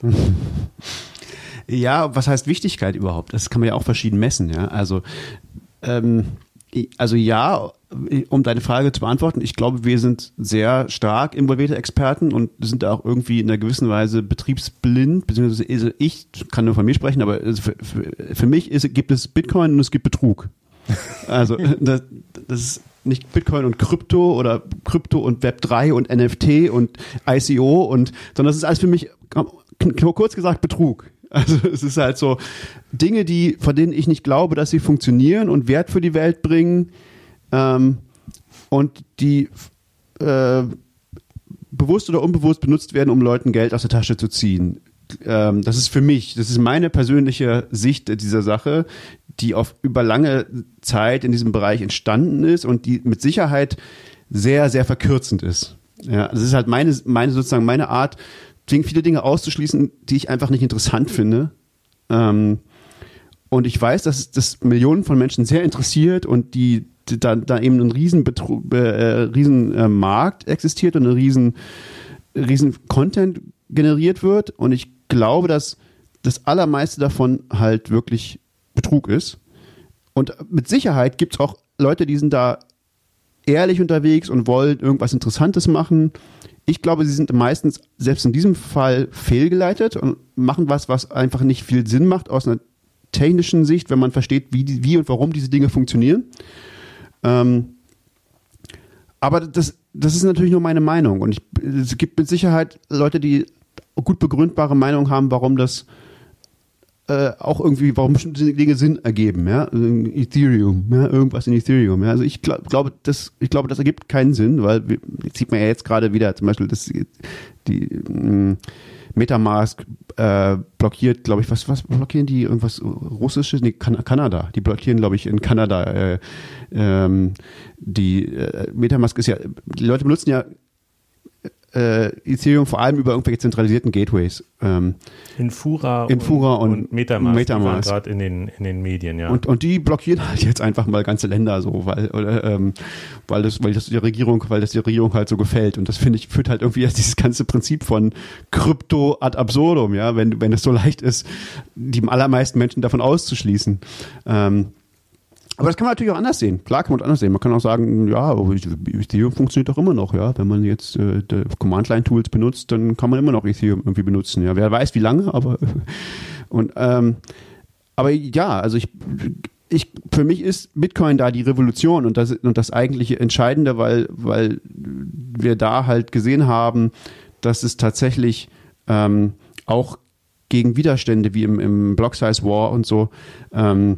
Ja, was heißt Wichtigkeit überhaupt? Das kann man ja auch verschieden messen. Ja? Also, ähm, also ja, um deine Frage zu beantworten, ich glaube, wir sind sehr stark involvierte Experten und sind auch irgendwie in einer gewissen Weise betriebsblind, beziehungsweise also ich kann nur von mir sprechen, aber für, für, für mich ist, gibt es Bitcoin und es gibt Betrug. Also das, das ist nicht Bitcoin und Krypto oder Krypto und Web drei und N F T und I C O und, sondern das ist alles für mich, kurz gesagt, Betrug. Also es ist halt so Dinge, die, von denen ich nicht glaube, dass sie funktionieren und Wert für die Welt bringen ähm, und die äh, bewusst oder unbewusst benutzt werden, um Leuten Geld aus der Tasche zu ziehen. Ähm, das ist für mich, das ist meine persönliche Sicht dieser Sache, die auf über lange Zeit in diesem Bereich entstanden ist und die mit Sicherheit sehr, sehr verkürzend ist. Ja, das ist halt meine, meine sozusagen meine Art, viele Dinge auszuschließen, die ich einfach nicht interessant finde. Ähm, und ich weiß, dass das Millionen von Menschen sehr interessiert und die, die da, da eben ein riesen, Betru- äh, riesen äh, Markt existiert und ein riesen, riesen Content generiert wird. Und ich glaube, dass das Allermeiste davon halt wirklich Betrug ist. Und mit Sicherheit gibt es auch Leute, die sind da ehrlich unterwegs und wollen irgendwas Interessantes machen. Ich glaube, sie sind meistens, selbst in diesem Fall, fehlgeleitet und machen was, was einfach nicht viel Sinn macht aus einer technischen Sicht, wenn man versteht, wie, die, wie und warum diese Dinge funktionieren. Ähm, aber das, das ist natürlich nur meine Meinung. Und ich, es gibt mit Sicherheit Leute, die gut begründbare Meinungen haben, warum das äh, auch irgendwie, warum bestimmte Dinge Sinn ergeben. Ja? Ethereum, ja? irgendwas in Ethereum. Ja? Also ich glaub, glaube, das, ich glaube, das ergibt keinen Sinn, weil wir, jetzt sieht man ja jetzt gerade wieder zum Beispiel, dass die mh, Metamask äh, blockiert, glaube ich, was, was blockieren die? Irgendwas Russisches? Nee, kan- Kanada. Die blockieren, glaube ich, in Kanada. Äh, ähm, die äh, Metamask ist ja, die Leute benutzen ja äh, Ethereum vor allem über irgendwelche zentralisierten Gateways. Ähm,
Infura,
Infura und, und,
und Metamask,
Metamask.
gerade in den, in den Medien, ja.
Und, und die blockieren halt jetzt einfach mal ganze Länder so, weil, oder, ähm, weil das, weil das die Regierung, weil das die Regierung halt so gefällt. Und das finde ich, führt halt irgendwie dieses ganze Prinzip von Krypto ad absurdum, ja, wenn, wenn es so leicht ist, die allermeisten Menschen davon auszuschließen. Ähm, Aber das kann man natürlich auch anders sehen. Klar kann man das anders sehen. Man kann auch sagen, ja, Ethereum funktioniert doch immer noch, ja. Wenn man jetzt äh, Command-Line-Tools benutzt, dann kann man immer noch Ethereum irgendwie benutzen. Ja, wer weiß wie lange, aber und ähm, aber ja, also ich, ich für mich ist Bitcoin da die Revolution und das und das eigentliche Entscheidende, weil weil wir da halt gesehen haben, dass es tatsächlich ähm, auch gegen Widerstände wie im, im Block-Size-War und so ähm,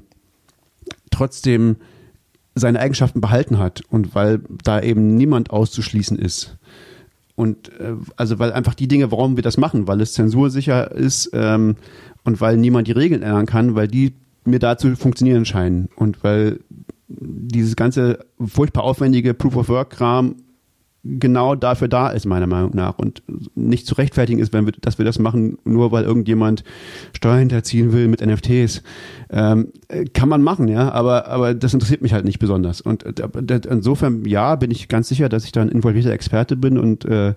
trotzdem seine Eigenschaften behalten hat und weil da eben niemand auszuschließen ist. Und äh, also weil einfach die Dinge, warum wir das machen, weil es zensursicher ist ähm, und weil niemand die Regeln ändern kann, weil die mir dazu funktionieren scheinen und weil dieses ganze furchtbar aufwendige Proof-of-Work-Kram genau dafür da ist, meiner Meinung nach. Und nicht zu rechtfertigen ist, wenn wir, dass wir das machen, nur weil irgendjemand Steuern hinterziehen will mit N F Ts. Ähm, kann man machen, ja, aber, aber das interessiert mich halt nicht besonders. Und äh, insofern, ja, bin ich ganz sicher, dass ich da ein involvierter Experte bin und äh,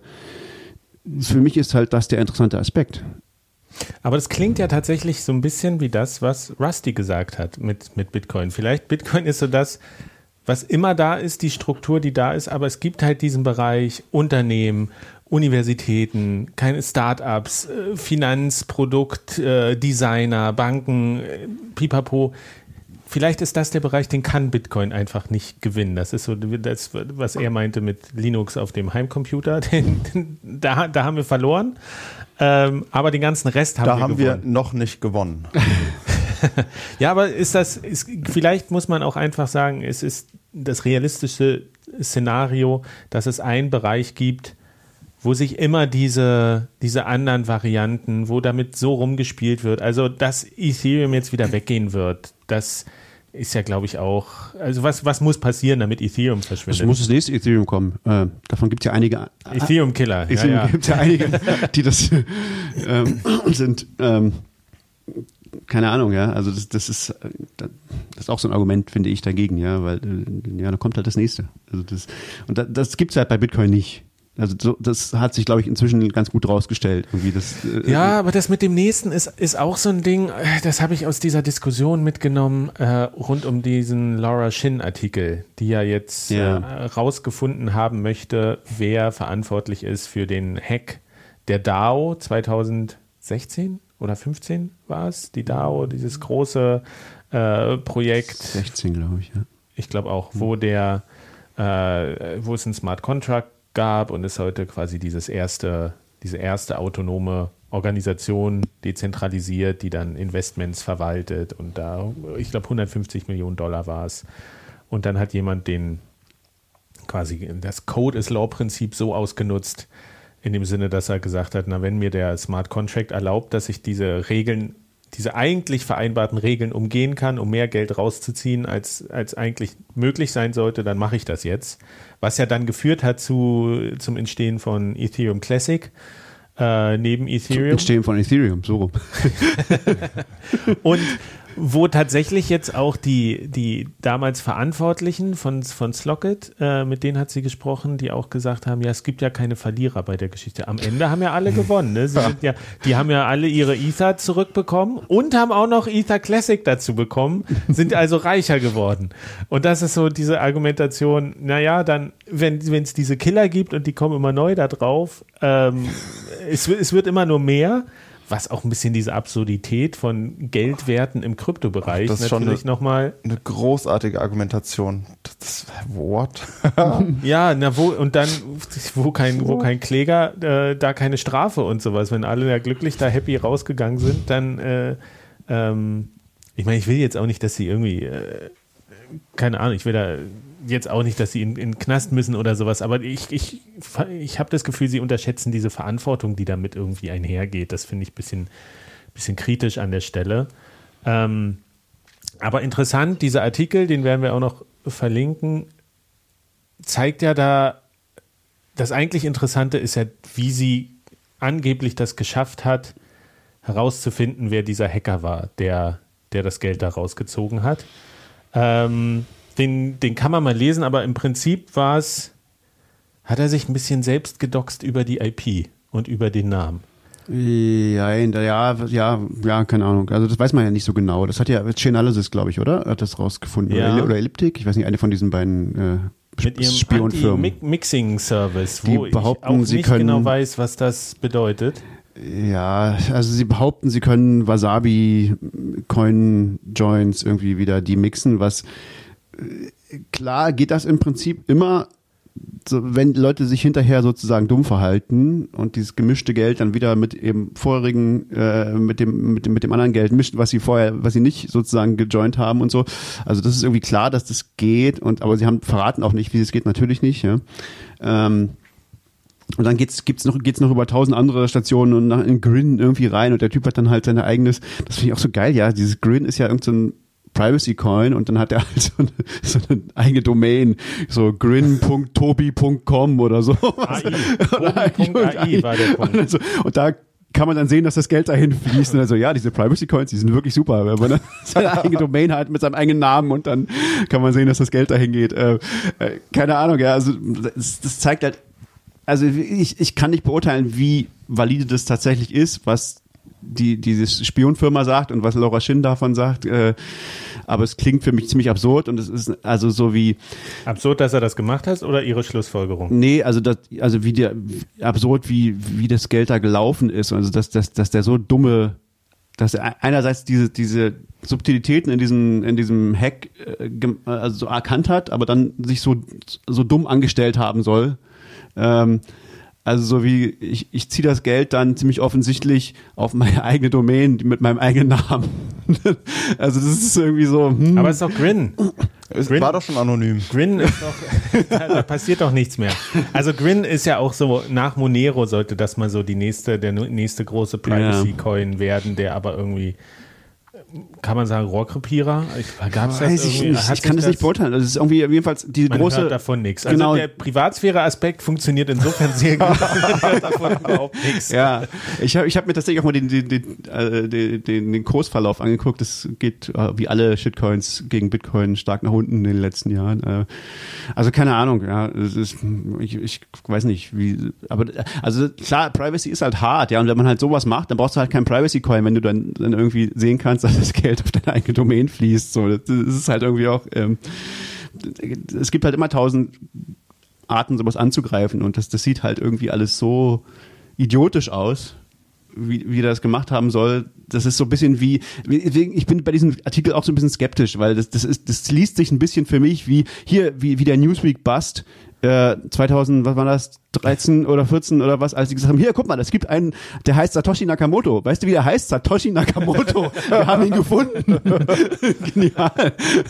für mich ist halt das der interessante Aspekt.
Aber das klingt ja tatsächlich so ein bisschen wie das, was Rusty gesagt hat mit, mit Bitcoin. Vielleicht Bitcoin ist so das, was immer da ist, die Struktur, die da ist, aber es gibt halt diesen Bereich Unternehmen, Universitäten, keine Start-ups, Finanzprodukt, Designer, Banken, Pipapo, vielleicht ist das der Bereich, den kann Bitcoin einfach nicht gewinnen. Das ist so das, was er meinte mit Linux auf dem Heimcomputer. Den, den, da, da haben wir verloren, ähm, aber den ganzen Rest haben
da
wir
haben
gewonnen.
wir noch nicht gewonnen.
Ja, aber ist das, ist, vielleicht muss man auch einfach sagen, es ist das realistische Szenario, dass es einen Bereich gibt, wo sich immer diese, diese anderen Varianten, wo damit so rumgespielt wird, also dass Ethereum jetzt wieder weggehen wird, das ist ja, glaube ich, auch, also was, was muss passieren, damit Ethereum verschwindet?
Es muss das nächste Ethereum kommen. Äh, davon gibt es ja einige.
Ethereum-Killer.
Ethereum
ja, ja.
gibt es ja einige, die das ähm, sind. Ähm, keine Ahnung, ja. Also das, das ist das ist auch so ein Argument, finde ich, dagegen, ja, weil ja, da kommt halt das nächste. Also das, und das, das gibt es halt bei Bitcoin nicht. Also so, das hat sich, glaube ich, inzwischen ganz gut rausgestellt. Irgendwie das, äh,
ja, aber das mit dem nächsten ist, ist auch so ein Ding, das habe ich aus dieser Diskussion mitgenommen, äh, rund um diesen Laura Shin-Artikel, die ja jetzt
ja.
äh, rausgefunden haben möchte, wer verantwortlich ist für den Hack der DAO zweitausendsechzehn oder fünfzehn war es, die DAO, dieses große äh, Projekt.
sechzehn, glaube ich, ja.
Ich glaube auch, wo der, äh, wo es ein Smart Contract gab und es heute quasi dieses erste, diese erste autonome Organisation dezentralisiert, die dann Investments verwaltet und da, ich glaube, hundertfünfzig Millionen Dollar war es. Und dann hat jemand den quasi das Code-is-Law-Prinzip so ausgenutzt, in dem Sinne, dass er gesagt hat, na, wenn mir der Smart Contract erlaubt, dass ich diese Regeln, diese eigentlich vereinbarten Regeln umgehen kann, um mehr Geld rauszuziehen, als, als eigentlich möglich sein sollte, dann mache ich das jetzt. Was ja dann geführt hat zu, zum Entstehen von Ethereum Classic, äh, neben Ethereum.
Zum Entstehen von Ethereum, so rum.
Und wo tatsächlich jetzt auch die, die damals Verantwortlichen von, von Slockit, äh, mit denen hat sie gesprochen, die auch gesagt haben, ja, es gibt ja keine Verlierer bei der Geschichte. Am Ende haben ja alle gewonnen. Ne? Sie sind ja, die haben ja alle ihre Ether zurückbekommen und haben auch noch Ether Classic dazu bekommen, sind also reicher geworden. Und das ist so diese Argumentation, naja, dann, wenn es diese Killer gibt und die kommen immer neu da drauf, ähm, es, es wird immer nur mehr. Was auch ein bisschen diese Absurdität von Geldwerten im Kryptobereich
das ist
natürlich
schon eine,
nochmal.
Eine großartige Argumentation. Das, das, what?
Ja, na wo, und dann, wo kein, wo kein Kläger, äh, da keine Strafe und sowas. Wenn alle da glücklich, da happy rausgegangen sind, dann, äh, ähm, ich meine, ich will jetzt auch nicht, dass sie irgendwie, äh, keine Ahnung, ich will da jetzt auch nicht, dass sie in, in den Knast müssen oder sowas, aber ich, ich, ich habe das Gefühl, sie unterschätzen diese Verantwortung, die damit irgendwie einhergeht. Das finde ich ein bisschen, bisschen kritisch an der Stelle. Ähm, aber interessant, dieser Artikel, den werden wir auch noch verlinken, zeigt ja da, das eigentlich Interessante ist ja, wie sie angeblich das geschafft hat, herauszufinden, wer dieser Hacker war, der, der das Geld da rausgezogen hat. Ähm, Den, den kann man mal lesen, aber im Prinzip war es, hat er sich ein bisschen selbst gedoxt über die I P und über den Namen.
Ja, ja, ja, ja, keine Ahnung. Also das weiß man ja nicht so genau. Das hat ja Chainalysis, glaube ich, oder? Hat das rausgefunden?
Ja.
Oder, oder Elliptic? Ich weiß nicht, eine von diesen beiden äh,
Mit ihrem
Spionfirmen.
Anti-Mixing-Service, wo
Die behaupten,
ich auch
sie
nicht
können,
genau weiß, was das bedeutet.
Ja, also sie behaupten, sie können Wasabi-Coin-Joins irgendwie wieder demixen, was klar geht das im Prinzip immer, so, wenn Leute sich hinterher sozusagen dumm verhalten und dieses gemischte Geld dann wieder mit eben vorherigen, äh, mit dem, mit dem, mit dem anderen Geld mischen, was sie vorher, was sie nicht sozusagen gejoint haben und so. Also das ist irgendwie klar, dass das geht und, aber sie haben verraten auch nicht, wie es geht, natürlich nicht, ja. Ähm, Und dann geht's, gibt's noch, geht's noch über tausend andere Stationen und nach, in Grin irgendwie rein und der Typ hat dann halt sein eigenes, das finde ich auch so geil, ja, dieses Grin ist ja irgend so ein Privacy-Coin und dann hat er halt so eine, so eine eigene Domain, so grin punkt tobi punkt com oder so.
A I. A I war der Punkt.
Und, so, und da kann man dann sehen, dass das Geld dahin fließt. Und also ja, diese Privacy-Coins, die sind wirklich super. Wenn man dann seine eigene Domain hat mit seinem eigenen Namen und dann kann man sehen, dass das Geld dahin geht. Äh, äh, keine Ahnung, ja, also das, das zeigt halt, also ich, ich kann nicht beurteilen, wie valide das tatsächlich ist, was die diese Spionfirma sagt und was Laura Shin davon sagt, äh, aber es klingt für mich ziemlich absurd und es ist also so wie
absurd, dass er das gemacht hat oder ihre Schlussfolgerung?
Nee, also das, also wie der absurd wie wie das Geld da gelaufen ist, also dass dass dass der so dumme dass er einerseits diese, diese Subtilitäten in diesem, in diesem Hack äh, gem- also so erkannt hat, aber dann sich so, so dumm angestellt haben soll. Ähm, also so wie, ich, ich ziehe das Geld dann ziemlich offensichtlich auf meine eigene Domain mit meinem eigenen Namen. Also das ist irgendwie so. Hm.
Aber es ist doch Grin.
Es
Grin-
war doch schon anonym.
Grin ist doch, da, da passiert doch nichts mehr. Also Grin ist ja auch so, nach Monero sollte das mal so die nächste, der nächste große Privacy-Coin werden, der aber irgendwie, kann man sagen, Rohrkrepierer? Gab's das
Weiß ich
irgendwie?
nicht.
Hat
Ich kann
sich
das nicht beurteilen. Das ist irgendwie jedenfalls die
Man
große.
hört davon nichts. Also
Genau.
der Privatsphäre-Aspekt funktioniert insofern sehr gut. Man hört davon überhaupt nichts.
Ja, ich habe ich hab mir tatsächlich auch mal den, den, den, äh, den, den, den Kursverlauf angeguckt. Das geht äh, wie alle Shitcoins gegen Bitcoin stark nach unten in den letzten Jahren. Äh, also keine Ahnung, ja, es ist, ich, ich weiß nicht, wie, aber also klar, Privacy ist halt hart, ja, und wenn man halt sowas macht, dann brauchst du halt keinen Privacy-Coin, wenn du dann, dann irgendwie sehen kannst, dass das Geld auf deine eigene Domain fließt. So, das ist halt irgendwie auch, ähm, es gibt halt immer tausend Arten, sowas anzugreifen, und das, das sieht halt irgendwie alles so idiotisch aus, wie, wie das gemacht haben soll. Das ist so ein bisschen wie, ich bin bei diesem Artikel auch so ein bisschen skeptisch, weil das, das ist, das liest sich ein bisschen für mich wie, hier, wie, wie der Newsweek Bust, äh, zweitausend, was war das, dreizehn oder vierzehn oder was, als sie gesagt haben, hier, guck mal, es gibt einen, der heißt Satoshi Nakamoto. Weißt du, wie der heißt? Satoshi Nakamoto. Wir haben ihn gefunden. Genial.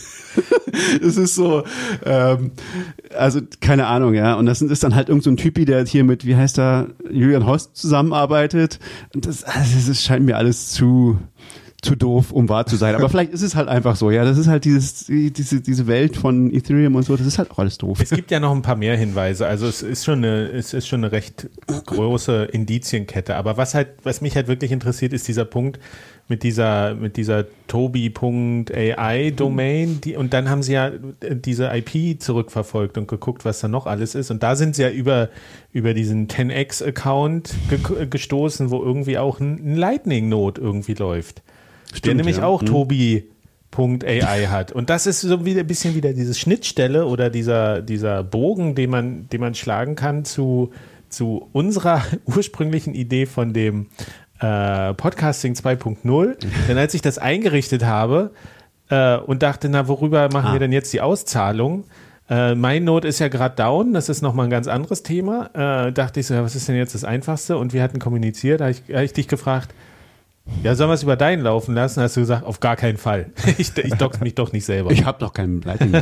Das ist so, ähm, also keine Ahnung, ja. Und das ist dann halt irgend so ein Typi, der hier mit, wie heißt er, Julian Host zusammenarbeitet. Und das, also das scheint mir alles zu zu doof, um wahr zu sein. Aber vielleicht ist es halt einfach so, ja. Das ist halt dieses, diese, diese Welt von Ethereum und so, das ist halt auch alles doof.
Es gibt ja noch ein paar mehr Hinweise. Also es ist schon eine, es ist schon eine recht große Indizienkette. Aber was halt, was mich halt wirklich interessiert, ist dieser Punkt mit dieser, mit dieser Tobi.A I Domain, die, und dann haben sie ja diese I P zurückverfolgt und geguckt, was da noch alles ist. Und da sind sie ja über, über diesen ten X Account ge- gestoßen, wo irgendwie auch ein Lightning-Node irgendwie läuft.
Stimmt,
der nämlich
ja.
auch
hm.
Tobi.A I hat. Und das ist so wieder ein bisschen wieder diese Schnittstelle oder dieser, dieser Bogen, den man, den man schlagen kann zu, zu unserer ursprünglichen Idee von dem äh, Podcasting zwei Punkt null. Denn als ich das eingerichtet habe äh, und dachte, na, worüber machen
ah.
wir denn jetzt die Auszahlung? Äh, mein Node ist ja gerade down, das ist nochmal ein ganz anderes Thema. Äh, dachte ich so, ja, was ist denn jetzt das Einfachste? Und wir hatten kommuniziert, da habe ich, hab ich dich gefragt, ja, sollen wir es über deinen laufen lassen? Hast du gesagt, auf gar keinen Fall. Ich, ich dox mich doch nicht selber.
Ich habe doch keinen Lightning.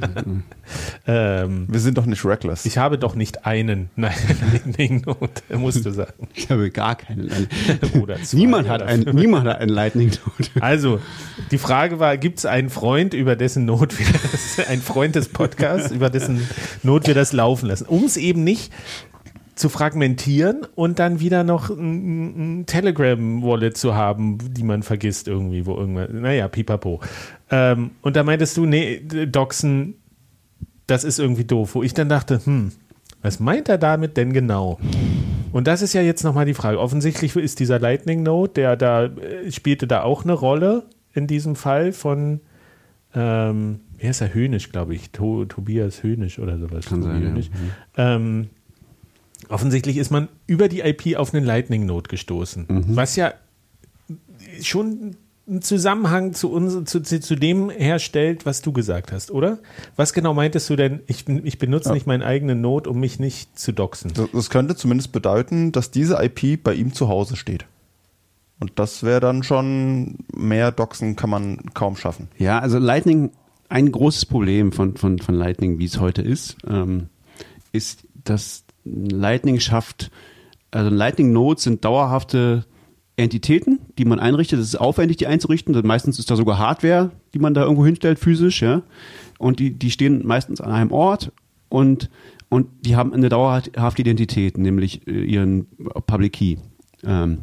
ähm,
Wir sind doch nicht reckless.
ich habe doch nicht einen Lightning-Node, musst du sagen.
Ich habe gar keinen.
Oder zwei
Niemand hat
oder
einen,
fünf.
niemand hat einen Lightning-Node.
Also, die Frage war, gibt es einen Freund, über dessen Node wir das, ein Freund des Podcasts, über dessen Node wir das laufen lassen? Um es eben nicht zu fragmentieren und dann wieder noch ein, ein Telegram-Wallet zu haben, die man vergisst irgendwie, wo irgendwas, naja, pipapo. Ähm, und da meintest du, nee, Doxen, das ist irgendwie doof, wo ich dann dachte, hm, was meint er damit denn genau? Und das ist ja jetzt nochmal die Frage. Offensichtlich ist dieser Lightning-Node, der da, äh, spielte da auch eine Rolle in diesem Fall von, ähm, wie heißt er, Hönisch, glaube ich, to, Tobias Hönisch oder sowas.
Kann sein,
Hönisch.
ja.
Ähm, offensichtlich ist man über die I P auf einen Lightning-Node gestoßen,
Mhm.
was ja schon einen Zusammenhang zu, uns, zu, zu, zu dem herstellt, was du gesagt hast, oder? Was genau meintest du denn, ich, ich benutze
Ja.
nicht meinen eigenen Node, um mich nicht zu doxen?
Das, das könnte zumindest bedeuten, dass diese I P bei ihm zu Hause steht. Und das wäre dann schon, mehr Doxen kann man kaum schaffen.
Ja, also Lightning, ein großes Problem von, von, von Lightning, wie es heute ist, ähm, ist, dass Lightning schafft, also Lightning-Nodes sind dauerhafte Entitäten, die man einrichtet. Es ist aufwendig, die einzurichten. Meistens ist da sogar Hardware, die man da irgendwo hinstellt, physisch, ja. Und die, die stehen meistens an einem Ort und, und die haben eine dauerhafte Identität, nämlich ihren Public Key. Ähm,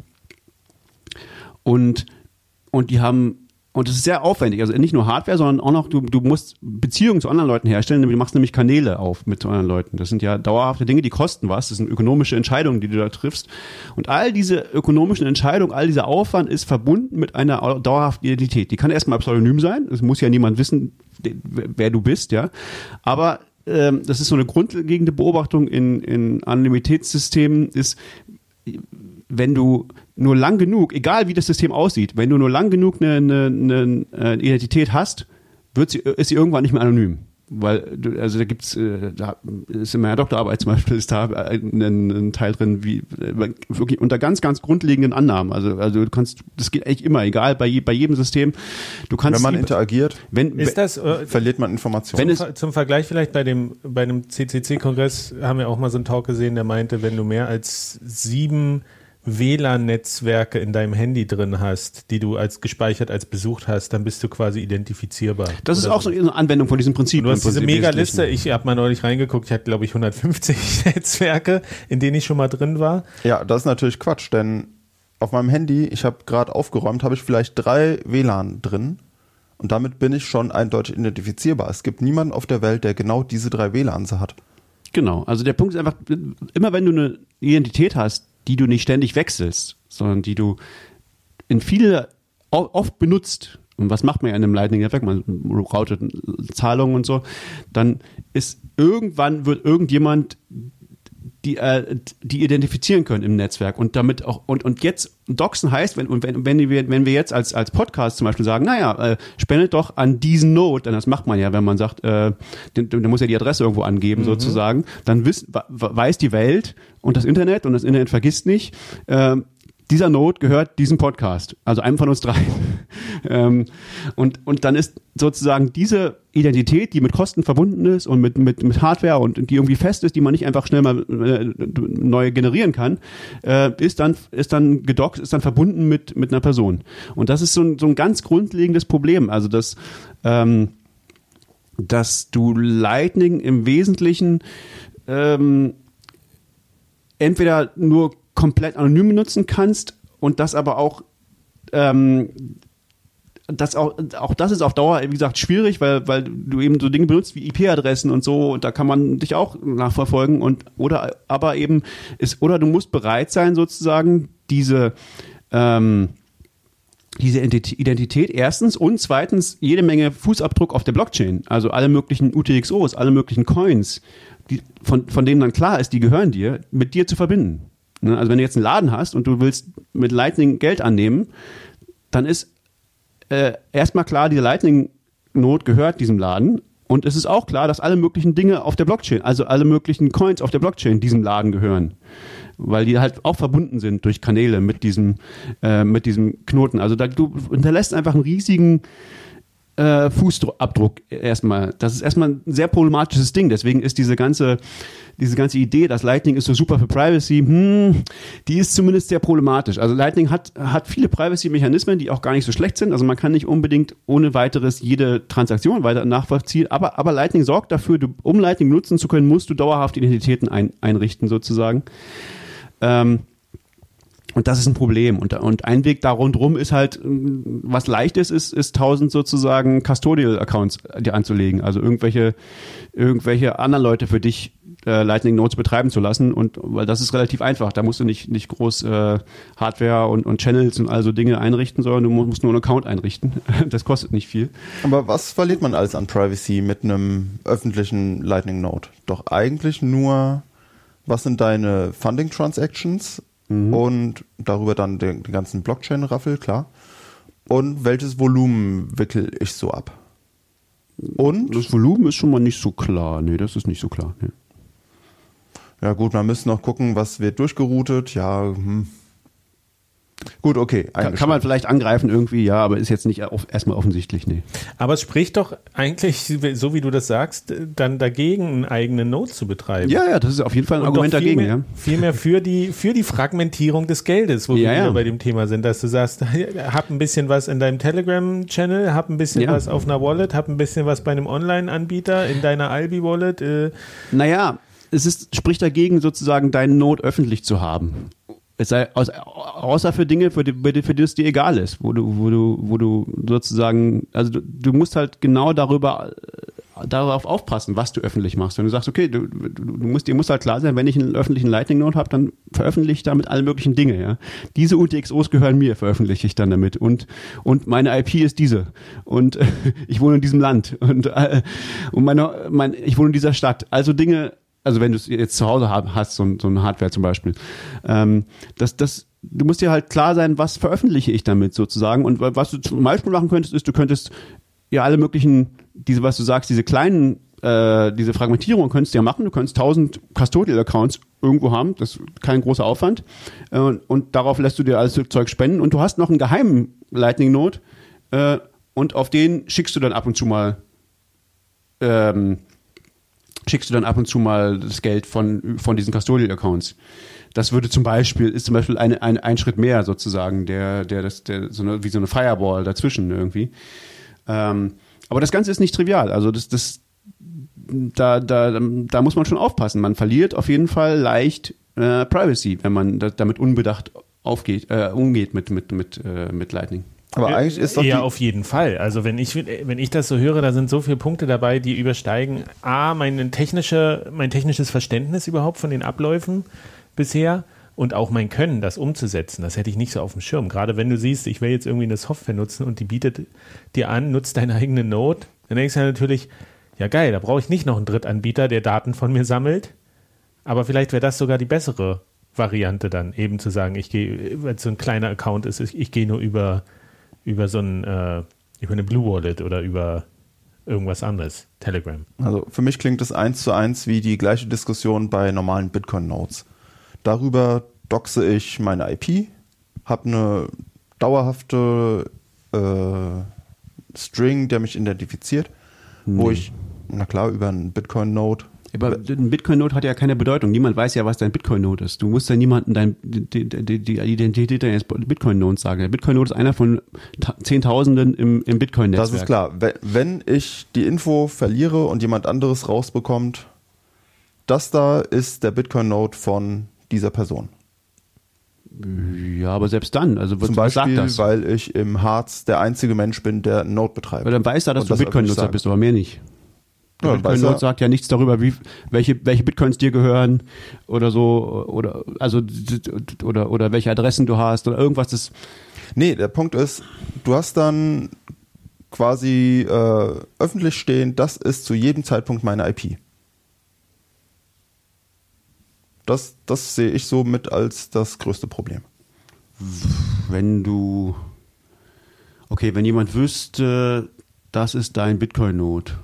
und, und die haben Und das ist sehr aufwendig. Also nicht nur Hardware, sondern auch noch, du, du musst Beziehungen zu anderen Leuten herstellen. Du machst nämlich Kanäle auf mit anderen Leuten. Das sind ja dauerhafte Dinge, die kosten was. Das sind ökonomische Entscheidungen, die du da triffst. Und all diese ökonomischen Entscheidungen, all dieser Aufwand ist verbunden mit einer dauerhaften Identität. Die kann erstmal pseudonym sein. Es muss ja niemand wissen, wer du bist, ja. Aber ähm, das ist so eine grundlegende Beobachtung in, in Anonymitätssystemen ist, wenn du nur lang genug, egal wie das System aussieht, wenn du nur lang genug eine, eine, eine Identität hast, wird sie, ist sie irgendwann nicht mehr anonym. Weil, du, also da gibt's, äh, da ist in meiner Doktorarbeit zum Beispiel, ist da ein, ein Teil drin, wie wirklich unter ganz, ganz grundlegenden Annahmen. Also, also du kannst, das geht eigentlich immer, egal bei, je, bei jedem System. Du kannst,
wenn man
die,
interagiert,
wenn, ist das, äh,
verliert man Informationen.
Wenn es, zum Vergleich vielleicht bei dem, bei dem C C C-Kongress haben wir auch mal so einen Talk gesehen, der meinte, wenn du mehr als sieben W L A N-Netzwerke in deinem Handy drin hast, die du als gespeichert als besucht hast, dann bist du quasi identifizierbar.
Das ist auch so eine Anwendung von diesem Prinzip.
Und du hast diese Mega-Liste, ich habe mal neulich reingeguckt, ich hatte glaube ich hundertfünfzig Netzwerke, in denen ich schon mal drin war.
Ja, das ist natürlich Quatsch, denn auf meinem Handy, ich habe gerade aufgeräumt, habe ich vielleicht drei W L A N drin und damit bin ich schon eindeutig identifizierbar. Es gibt niemanden auf der Welt, der genau diese drei W L A Ns hat.
Genau, also der Punkt ist einfach, immer wenn du eine Identität hast, die du nicht ständig wechselst, sondern die du in viele oft benutzt. Und was macht man ja in einem Lightning-Netzwerk? Man routet Zahlungen und so. Dann ist irgendwann wird irgendjemand die, äh, die identifizieren können im Netzwerk und damit auch und und jetzt doxen heißt, wenn wenn wenn wir wenn wir jetzt als als Podcast zum Beispiel sagen, naja, äh, spendet doch an diesen Node, denn das macht man ja, wenn man sagt, äh, der muss ja die Adresse irgendwo angeben mhm. sozusagen, dann wiss, weiß die Welt und das Internet und das Internet vergisst nicht, äh, dieser Node gehört diesem Podcast, also einem von uns drei. ähm, und, und dann ist sozusagen diese Identität, die mit Kosten verbunden ist und mit, mit, mit Hardware und die irgendwie fest ist, die man nicht einfach schnell mal äh, neu generieren kann, äh, ist dann, ist dann gedoxt, ist dann verbunden mit, mit einer Person. Und das ist so ein, so ein ganz grundlegendes Problem. Also, dass, ähm, dass du Lightning im Wesentlichen ähm, entweder nur komplett anonym benutzen kannst und das aber auch ähm, das auch, auch das ist auf Dauer, wie gesagt, schwierig, weil, weil du eben so Dinge benutzt wie I P-Adressen und so und da kann man dich auch nachverfolgen und oder aber eben ist, oder du musst bereit sein, sozusagen diese ähm, diese Identität erstens und zweitens jede Menge Fußabdruck auf der Blockchain, also alle möglichen U T X Os, alle möglichen Coins, die, von, von denen dann klar ist, die gehören dir, mit dir zu verbinden. Also wenn du jetzt einen Laden hast und du willst mit Lightning Geld annehmen, dann ist äh, erstmal klar, diese Lightning-Node gehört diesem Laden und es ist auch klar, dass alle möglichen Dinge auf der Blockchain, also alle möglichen Coins auf der Blockchain diesem Laden gehören, weil die halt auch verbunden sind durch Kanäle mit diesem, äh, mit diesem Knoten. Also da, du hinterlässt einfach einen riesigen äh, Fußabdruck erstmal. Das ist erstmal ein sehr problematisches Ding. Deswegen ist diese ganze, diese ganze Idee, dass Lightning ist so super für Privacy, hm, die ist zumindest sehr problematisch. Also Lightning hat, hat viele Privacy-Mechanismen, die auch gar nicht so schlecht sind. Also man kann nicht unbedingt ohne weiteres jede Transaktion weiter nachvollziehen. Aber, aber Lightning sorgt dafür, du, um Lightning nutzen zu können, musst du dauerhaft Identitäten ein, einrichten sozusagen. Ähm, Und das ist ein Problem. Und, und ein Weg da rundherum ist halt, was leicht ist, ist, ist tausend sozusagen Custodial-Accounts dir anzulegen. Also irgendwelche, irgendwelche anderen Leute für dich äh, Lightning Nodes betreiben zu lassen. Und weil das ist relativ einfach. Da musst du nicht, nicht groß äh, Hardware und, und Channels und all so Dinge einrichten, sondern du musst nur einen Account einrichten. Das kostet nicht viel. Aber was verliert man alles an Privacy mit einem öffentlichen Lightning Node? Doch eigentlich nur, was sind deine Funding Transactions? Mhm. Und darüber dann den, den ganzen Blockchain-Raffel, klar. Und welches Volumen wickel ich so ab? Und? Das Volumen ist schon mal nicht so klar. Nee, das ist nicht so klar. Nee. Ja gut, man müsste noch gucken, was wird durchgeroutet. Ja, hm. Gut, okay. Kann, kann man vielleicht angreifen irgendwie, ja, aber ist jetzt nicht auf, erstmal offensichtlich, nee.
Aber es spricht doch eigentlich, so wie du das sagst, dann dagegen, einen eigenen Node zu betreiben.
Ja, ja, das ist auf jeden Fall ein Und Argument dagegen,
mehr,
ja.
Vielmehr für die, für die Fragmentierung des Geldes, wo ja, wir wieder ja. bei dem Thema sind, dass du sagst, hab ein bisschen was in deinem Telegram-Channel, hab ein bisschen ja. was auf einer Wallet, hab ein bisschen was bei einem Online-Anbieter, in deiner Albi-Wallet. Äh.
Naja, es ist, spricht dagegen, sozusagen deinen Node öffentlich zu haben. Es sei, außer für Dinge, für die, für die es dir egal ist, wo du, wo du, wo du sozusagen, also du, du musst halt genau darüber, darauf aufpassen, was du öffentlich machst. Wenn du sagst, okay, du, du musst, dir muss halt klar sein, wenn ich einen öffentlichen Lightning Node habe, dann veröffentliche ich damit alle möglichen Dinge, ja. Diese U T X Os gehören mir, veröffentliche ich dann damit und, und meine I P ist diese und äh, ich wohne in diesem Land und, äh, und meine, mein, ich wohne in dieser Stadt. Also Dinge, also wenn du es jetzt zu Hause hast, so, so eine Hardware zum Beispiel, ähm, das, das, du musst dir halt klar sein, was veröffentliche ich damit sozusagen. Und was du zum Beispiel machen könntest, ist, du könntest ja alle möglichen, diese, was du sagst, diese kleinen, äh, diese Fragmentierung könntest du ja machen. Du könntest tausend Custodial-Accounts irgendwo haben, das ist kein großer Aufwand. Äh, und darauf lässt du dir alles Zeug spenden. Und du hast noch einen geheimen Lightning-Node äh, und auf den schickst du dann ab und zu mal ähm, schickst du dann ab und zu mal das Geld von, von diesen Custodial-Accounts. Das würde zum Beispiel, ist zum Beispiel ein, ein, ein Schritt mehr sozusagen, der, der, das, der, so eine, wie so eine Firewall dazwischen irgendwie. Ähm, aber das Ganze ist nicht trivial. Also das, das, da, da, da muss man schon aufpassen. Man verliert auf jeden Fall leicht äh, Privacy, wenn man da, damit unbedacht aufgeht, äh, umgeht mit, mit, mit, äh, mit Lightning.
Aber eigentlich ist doch
ja,
die
auf jeden Fall. Also wenn ich, wenn ich das so höre, da sind so viele Punkte dabei, die übersteigen A, meine technische, mein technisches Verständnis überhaupt von den Abläufen bisher und auch mein Können, das umzusetzen. Das hätte ich nicht so auf dem Schirm. Gerade wenn du siehst, ich will jetzt irgendwie eine Software nutzen und die bietet dir an, nutzt deine eigene Node, dann denkst du ja natürlich, ja geil, da brauche ich nicht noch einen Drittanbieter, der Daten von mir sammelt. Aber vielleicht wäre das sogar die bessere Variante dann, eben zu sagen, ich gehe, wenn es so ein kleiner Account ist, ich, ich gehe nur über, über so ein, äh, über eine Blue Wallet oder über irgendwas anderes, Telegram.
Also für mich klingt das eins zu eins wie die gleiche Diskussion bei normalen Bitcoin-Nodes. Darüber doxe ich meine I P, habe eine dauerhafte äh, String, der mich identifiziert, nee. wo ich, na klar, über einen Bitcoin-Node.
Aber ein Bitcoin-Node hat ja keine Bedeutung. Niemand weiß ja, was dein Bitcoin-Node ist. Du musst ja niemandem dein, die, die, die Identität deines Bitcoin-Nodes sagen. Der Bitcoin-Node ist einer von Zehntausenden im, im Bitcoin-Netzwerk.
Das ist klar. Wenn ich die Info verliere und jemand anderes rausbekommt, das da ist der Bitcoin-Node von dieser Person.
Ja, aber selbst dann, also
Zum Beispiel, das? weil ich im Harz der einzige Mensch bin, der einen Node betreibt.
Aber dann weiß er, dass du Bitcoin-Nutzer bist, aber mehr nicht. Der ja, Bitcoin-Node sagt ja nichts darüber, wie, welche, welche Bitcoins dir gehören oder so, oder, also, oder, oder welche Adressen du hast oder irgendwas. Das
nee, der Punkt ist, du hast dann quasi äh, öffentlich stehen, das ist zu jedem Zeitpunkt meine I P. Das, das sehe ich so mit als das größte Problem.
Wenn du, okay, wenn jemand wüsste, das ist dein Bitcoin-Node.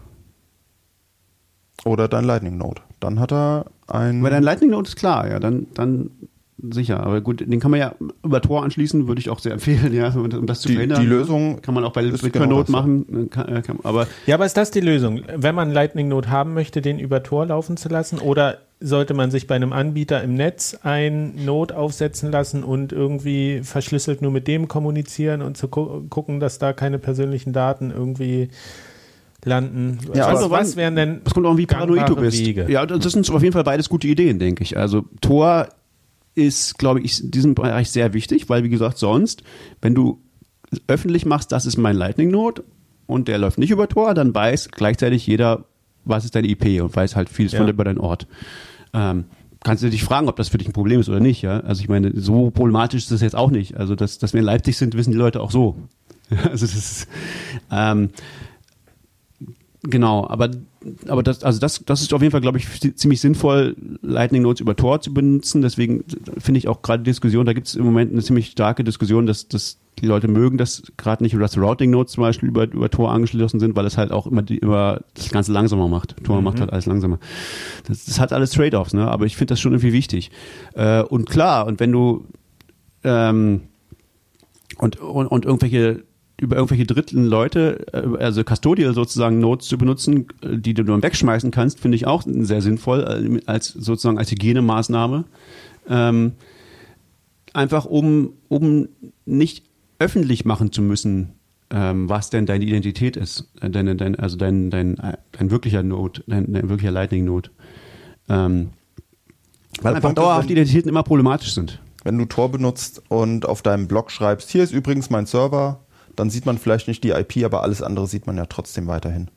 Oder dein Lightning-Node. Dann hat er ein...
Weil dein Lightning-Node ist klar, ja, dann, dann sicher. Aber gut, den kann man ja über Tor anschließen, würde ich auch sehr empfehlen, ja, um das zu
die,
verhindern.
Die Lösung
kann man auch bei Bitcoin-Node genau machen. Kann, kann, aber
ja, aber ist das die Lösung? Wenn man einen Lightning-Node haben möchte, den über Tor laufen zu lassen? Oder sollte man sich bei einem Anbieter im Netz ein Node aufsetzen lassen und irgendwie verschlüsselt nur mit dem kommunizieren und zu gu- gucken, dass da keine persönlichen Daten irgendwie landen?
Ja,
was,
aber
was wären denn
es kommt auch, wie paranoid du bist.
Wege?
Ja, das sind auf jeden Fall beides gute Ideen, denke ich. Also Tor ist, glaube ich, in diesem Bereich sehr wichtig, weil, wie gesagt, sonst, wenn du öffentlich machst, das ist mein Lightning-Node und der läuft nicht über Tor, dann weiß gleichzeitig jeder, was ist deine I P und weiß halt vieles ja. von über deinen Ort. Ähm, kannst du dich fragen, ob das für dich ein Problem ist oder nicht, ja? Also ich meine, so problematisch ist das jetzt auch nicht. Also, dass, dass wir in Leipzig sind, wissen die Leute auch so. Also das ist, ähm, genau, aber, aber das, also das, das ist auf jeden Fall, glaube ich, ziemlich sinnvoll, Lightning Nodes über Tor zu benutzen. Deswegen finde ich auch gerade die Diskussion, da gibt es im Moment eine ziemlich starke Diskussion, dass, dass die Leute mögen das gerade nicht, dass Routing Nodes zum Beispiel über, über Tor angeschlossen sind, weil es halt auch immer, die, immer das Ganze langsamer macht. Tor mhm. macht halt alles langsamer. Das, das hat alles Trade-offs, ne? Aber ich finde das schon irgendwie wichtig. Äh, und klar, und wenn du ähm, und, und, und irgendwelche über irgendwelche dritten Leute, also Custodial sozusagen Nodes zu benutzen, die du dann wegschmeißen kannst, finde ich auch sehr sinnvoll, als sozusagen als Hygienemaßnahme. Ähm, einfach um, um nicht öffentlich machen zu müssen, ähm, was denn deine Identität ist, deine, dein, also dein, dein, dein wirklicher Node, dein, dein wirklicher Lightning-Node. Ähm, weil einfach dauerhaft Identitäten immer problematisch sind.
Wenn du Tor benutzt und auf deinem Blog schreibst, hier ist übrigens mein Server, dann sieht man vielleicht nicht die I P, aber alles andere sieht man ja trotzdem weiterhin.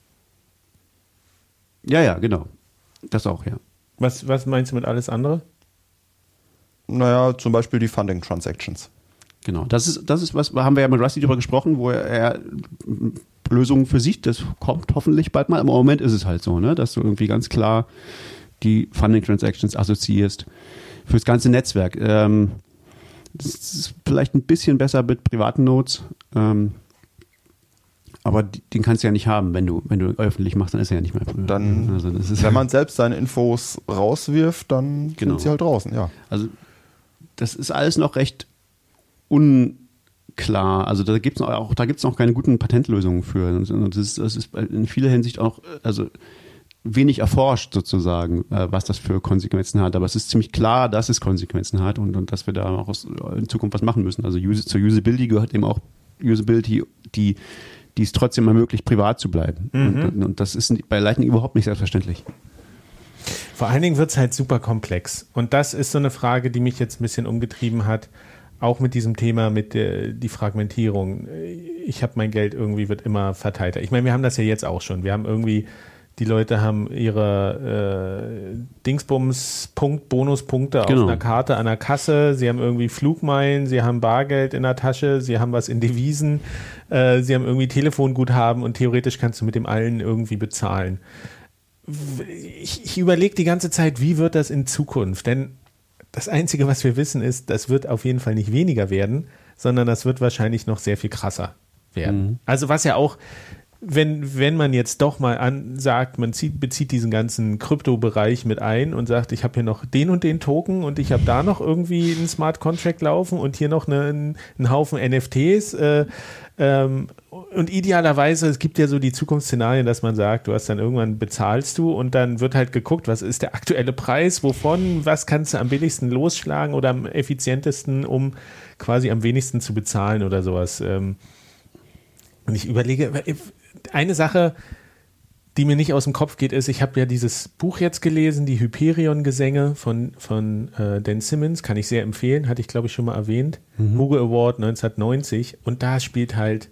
Ja, ja, genau. Das auch, ja.
Was, was meinst du mit alles andere?
Naja, zum Beispiel die Funding Transactions.
Genau, das ist, das ist was, haben wir ja mit Rusty darüber gesprochen, wo er, er Lösungen für sich, das kommt hoffentlich bald mal. Im Moment ist es halt so, ne, dass du irgendwie ganz klar die Funding Transactions assoziierst fürs ganze Netzwerk. Ähm, Das ist vielleicht ein bisschen besser mit privaten Nodes, ähm, aber den kannst du ja nicht haben, wenn du, wenn du öffentlich machst, dann ist er ja nicht mehr privat.
Dann,
also das ist
wenn man selbst seine Infos rauswirft, dann
genau.
sind sie halt draußen, ja.
Also das ist alles noch recht unklar. Also da gibt es auch, da gibt's noch keine guten Patentlösungen für. Und das ist, das ist in vieler Hinsicht auch, also wenig erforscht sozusagen, was das für Konsequenzen hat. Aber es ist ziemlich klar, dass es Konsequenzen hat und, und dass wir da auch in Zukunft was machen müssen. Also use, zur Usability gehört eben auch Usability, die die es trotzdem ermöglicht, privat zu bleiben. Mhm. Und, und das ist bei Lightning überhaupt nicht selbstverständlich.
Vor allen Dingen wird es halt super komplex. Und das ist so eine Frage, die mich jetzt ein bisschen umgetrieben hat, auch mit diesem Thema, mit der die Fragmentierung. Ich habe mein Geld irgendwie, wird immer verteilter. Ich meine, wir haben das ja jetzt auch schon. Wir haben irgendwie, die Leute haben ihre äh, Dingsbums, Punkt, Bonuspunkte genau. auf einer Karte an der Kasse. Sie haben irgendwie Flugmeilen, sie haben Bargeld in der Tasche, sie haben was in Devisen, äh, sie haben irgendwie Telefonguthaben und theoretisch kannst du mit dem allen irgendwie bezahlen. Ich, ich überlege die ganze Zeit, wie wird das in Zukunft? Denn das Einzige, was wir wissen, ist, das wird auf jeden Fall nicht weniger werden, sondern das wird wahrscheinlich noch sehr viel krasser werden. Mhm. Also was ja auch, wenn, wenn man jetzt doch mal an, sagt, man zieht, bezieht diesen ganzen Kryptobereich mit ein und sagt, ich habe hier noch den und den Token und ich habe da noch irgendwie einen Smart Contract laufen und hier noch einen, einen Haufen N F Ts, äh, ähm, und idealerweise, es gibt ja so die Zukunftsszenarien, dass man sagt, du hast dann irgendwann bezahlst du und dann wird halt geguckt, was ist der aktuelle Preis, wovon, was kannst du am billigsten losschlagen oder am effizientesten, um quasi am wenigsten zu bezahlen oder sowas. Und ich überlege, eine Sache, die mir nicht aus dem Kopf geht, ist, ich habe ja dieses Buch jetzt gelesen, die Hyperion-Gesänge von, von äh, Dan Simmons, kann ich sehr empfehlen, hatte ich glaube ich schon mal erwähnt, mhm. Hugo Award neunzehnhundertneunzig und da spielt halt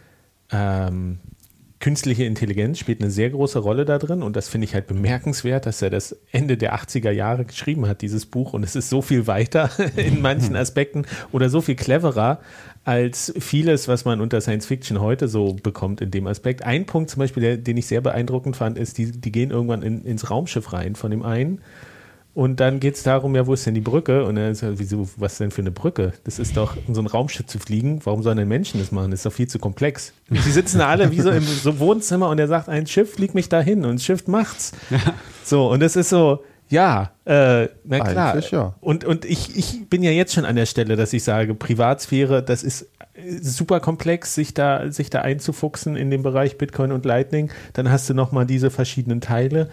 ähm, künstliche Intelligenz spielt eine sehr große Rolle da drin und das finde ich halt bemerkenswert, dass er das Ende der achtziger Jahre geschrieben hat, dieses Buch, und es ist so viel weiter in manchen Aspekten oder so viel cleverer als vieles, was man unter Science Fiction heute so bekommt in dem Aspekt. Ein Punkt zum Beispiel, der, den ich sehr beeindruckend fand, ist, die, die gehen irgendwann in, ins Raumschiff rein von dem einen und dann geht es darum, ja, wo ist denn die Brücke? Und dann ist ja, wieso, was denn für eine Brücke? Das ist doch, in so ein Raumschiff zu fliegen, warum sollen denn Menschen das machen? Das ist doch viel zu komplex. Die sitzen da alle wie so im so Wohnzimmer und er sagt, ein Schiff fliegt mich dahin und das Schiff macht's. So, und das ist so, ja, äh, na klar.
Eigentlich, ja.
Und, und ich, ich bin ja jetzt schon an der Stelle, dass ich sage, Privatsphäre, das ist super komplex, sich da, sich da einzufuchsen in den Bereich Bitcoin und Lightning. Dann hast du nochmal diese verschiedenen Teile.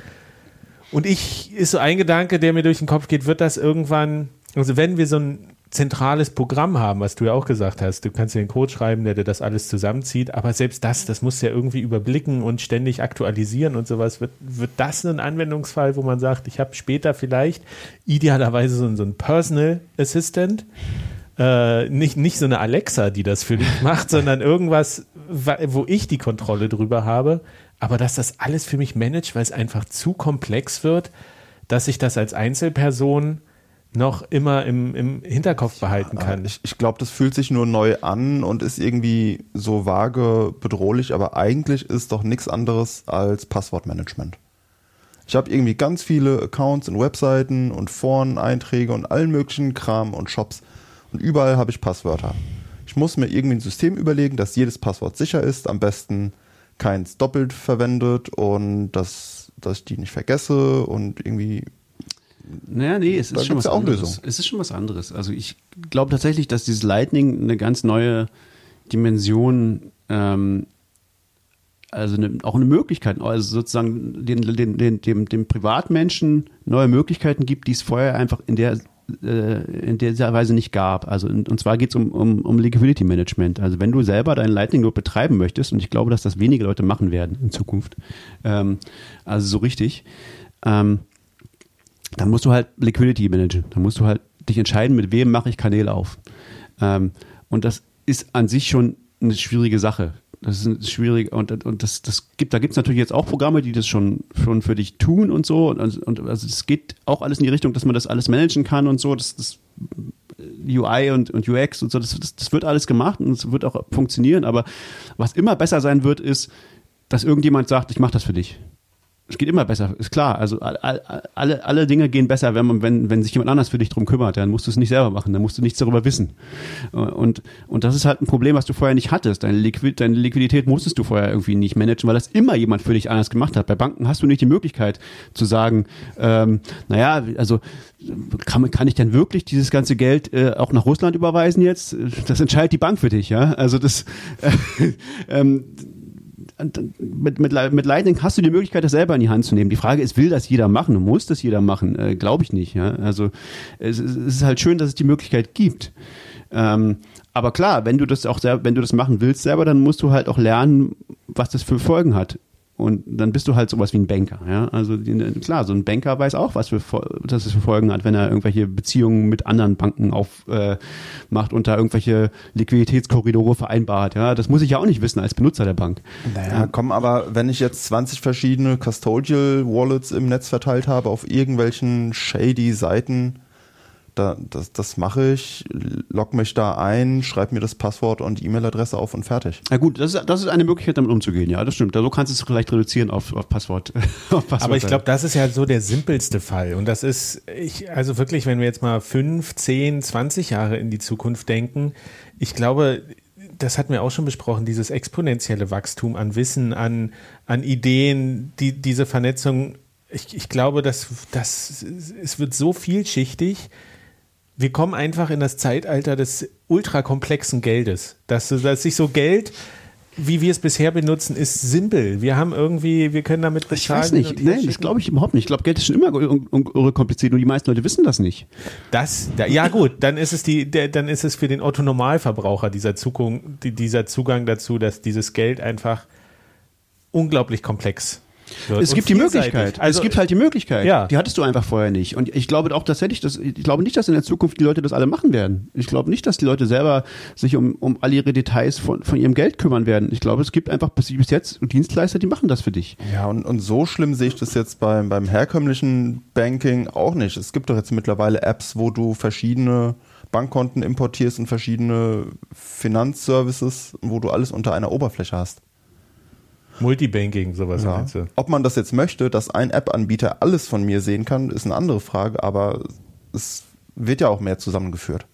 Und ich, ist so ein Gedanke, der mir durch den Kopf geht, wird das irgendwann, also wenn wir so ein zentrales Programm haben, was du ja auch gesagt hast, du kannst dir den Code schreiben, der dir das alles zusammenzieht, aber selbst das, das musst du ja irgendwie überblicken und ständig aktualisieren und sowas. Wird, wird das ein Anwendungsfall, wo man sagt, ich habe später vielleicht idealerweise so, so einen Personal Assistant, äh, nicht, nicht so eine Alexa, die das für dich macht, sondern irgendwas, wo ich die Kontrolle drüber habe, aber dass das alles für mich managt, weil es einfach zu komplex wird, dass ich das als Einzelperson noch immer im, im Hinterkopf behalten kann.
Ich, ich glaube, das fühlt sich nur neu an und ist irgendwie so vage bedrohlich, aber eigentlich ist doch nichts anderes als Passwortmanagement. Ich habe irgendwie ganz viele Accounts und Webseiten und Foren-Einträge und allen möglichen Kram und Shops und überall habe ich Passwörter. Ich muss mir irgendwie ein System überlegen, dass jedes Passwort sicher ist, am besten keins doppelt verwendet und dass, dass ich die nicht vergesse und irgendwie.
Naja, nee, es ist schon was anderes. Es ist schon was anderes. Also ich glaube tatsächlich, dass dieses Lightning eine ganz neue Dimension, ähm, also eine, auch eine Möglichkeit, also sozusagen den, den, den, dem, dem Privatmenschen neue Möglichkeiten gibt, die es vorher einfach in der in dieser Weise nicht gab. Also und zwar geht es um, um, um Liquidity Management. Also wenn du selber deinen Lightning Node betreiben möchtest, und ich glaube, dass das wenige Leute machen werden in Zukunft, ähm, also so richtig, ähm, dann musst du halt Liquidity managen. Dann musst du halt dich entscheiden, mit wem mache ich Kanäle auf. Ähm, und das ist an sich schon eine schwierige Sache. Das ist schwierig und, und das, das gibt, da gibt es natürlich jetzt auch Programme, die das schon, schon für dich tun und so. Und, und also es geht auch alles in die Richtung, dass man das alles managen kann und so. Das, das U I und, und U X und so, das, das, das wird alles gemacht und es wird auch funktionieren. Aber was immer besser sein wird, ist, dass irgendjemand sagt, ich mache das für dich. Es geht immer besser, ist klar. Also alle, alle Dinge gehen besser, wenn man, wenn, wenn sich jemand anders für dich drum kümmert. Dann musst du es nicht selber machen, dann musst du nichts darüber wissen. Und, und das ist halt ein Problem, was du vorher nicht hattest. Deine, Liquid, deine Liquidität musstest du vorher irgendwie nicht managen, weil das immer jemand für dich anders gemacht hat. Bei Banken hast du nicht die Möglichkeit zu sagen, ähm, naja, also kann, kann ich denn wirklich dieses ganze Geld äh, auch nach Russland überweisen jetzt? Das entscheidet die Bank für dich, ja. Also das äh, ähm, Mit, mit, mit Lightning hast du die Möglichkeit, das selber in die Hand zu nehmen. Die Frage ist, will das jeder machen? Muss das jeder machen? Äh, Glaube ich nicht. Ja? Also es, es ist halt schön, dass es die Möglichkeit gibt. Ähm, aber klar, wenn du das auch selber, wenn du das machen willst selber, dann musst du halt auch lernen, was das für Folgen hat. Und dann bist du halt sowas wie ein Banker. Ja? Also klar, so ein Banker weiß auch, was für, dass es für Folgen hat, wenn er irgendwelche Beziehungen mit anderen Banken aufmacht äh, und da irgendwelche Liquiditätskorridore vereinbart. Ja? Das muss ich ja auch nicht wissen als Benutzer der Bank.
Naja, ja. komm, aber wenn ich jetzt zwanzig verschiedene Custodial Wallets im Netz verteilt habe auf irgendwelchen shady Seiten, Da, das, das mache ich, log mich da ein, schreibe mir das Passwort und E-Mail-Adresse auf und fertig.
Na gut, das ist, das ist eine Möglichkeit, damit umzugehen, ja, das stimmt. So kannst du es vielleicht reduzieren auf, auf Passwort. auf Passwort.
Aber ich glaube, das ist ja so der simpelste Fall. Und das ist, ich, also wirklich, wenn wir jetzt mal fünf, zehn, zwanzig Jahre in die Zukunft denken, ich glaube, das hatten wir auch schon besprochen, dieses exponentielle Wachstum an Wissen, an, an Ideen, die, diese Vernetzung, ich, ich glaube, dass, dass, es wird so vielschichtig. Wir kommen einfach in das Zeitalter des ultrakomplexen Geldes. Dass, dass sich so Geld, wie wir es bisher benutzen, ist simpel. Wir haben irgendwie, wir können damit bezahlen.
Ich weiß nicht, nein, das glaube ich überhaupt nicht. Ich glaube, Geld ist schon immer irre kompliziert und die meisten Leute wissen das nicht.
Das, ja gut, dann ist es die, der, dann ist es für den Otto-Normalverbraucher dieser Zugang, dieser Zugang dazu, dass dieses Geld einfach unglaublich komplex wird.
Es gibt die Möglichkeit. Also, es gibt halt die Möglichkeit.
Ja.
Die hattest du einfach vorher nicht. Und ich glaube auch tatsächlich, dass, ich glaube nicht, dass in der Zukunft die Leute das alle machen werden. Ich glaube nicht, dass die Leute selber sich um, um all ihre Details von, von ihrem Geld kümmern werden. Ich glaube, es gibt einfach bis, bis jetzt Dienstleister, die machen das für dich.
Ja, und, und so schlimm sehe ich das jetzt beim, beim herkömmlichen Banking auch nicht. Es gibt doch jetzt mittlerweile Apps, wo du verschiedene Bankkonten importierst und verschiedene Finanzservices, wo du alles unter einer Oberfläche hast.
Multibanking, sowas
ja.
meinst du?
Ob man das jetzt möchte, dass ein App-Anbieter alles von mir sehen kann, ist eine andere Frage, aber es wird ja auch mehr zusammengeführt.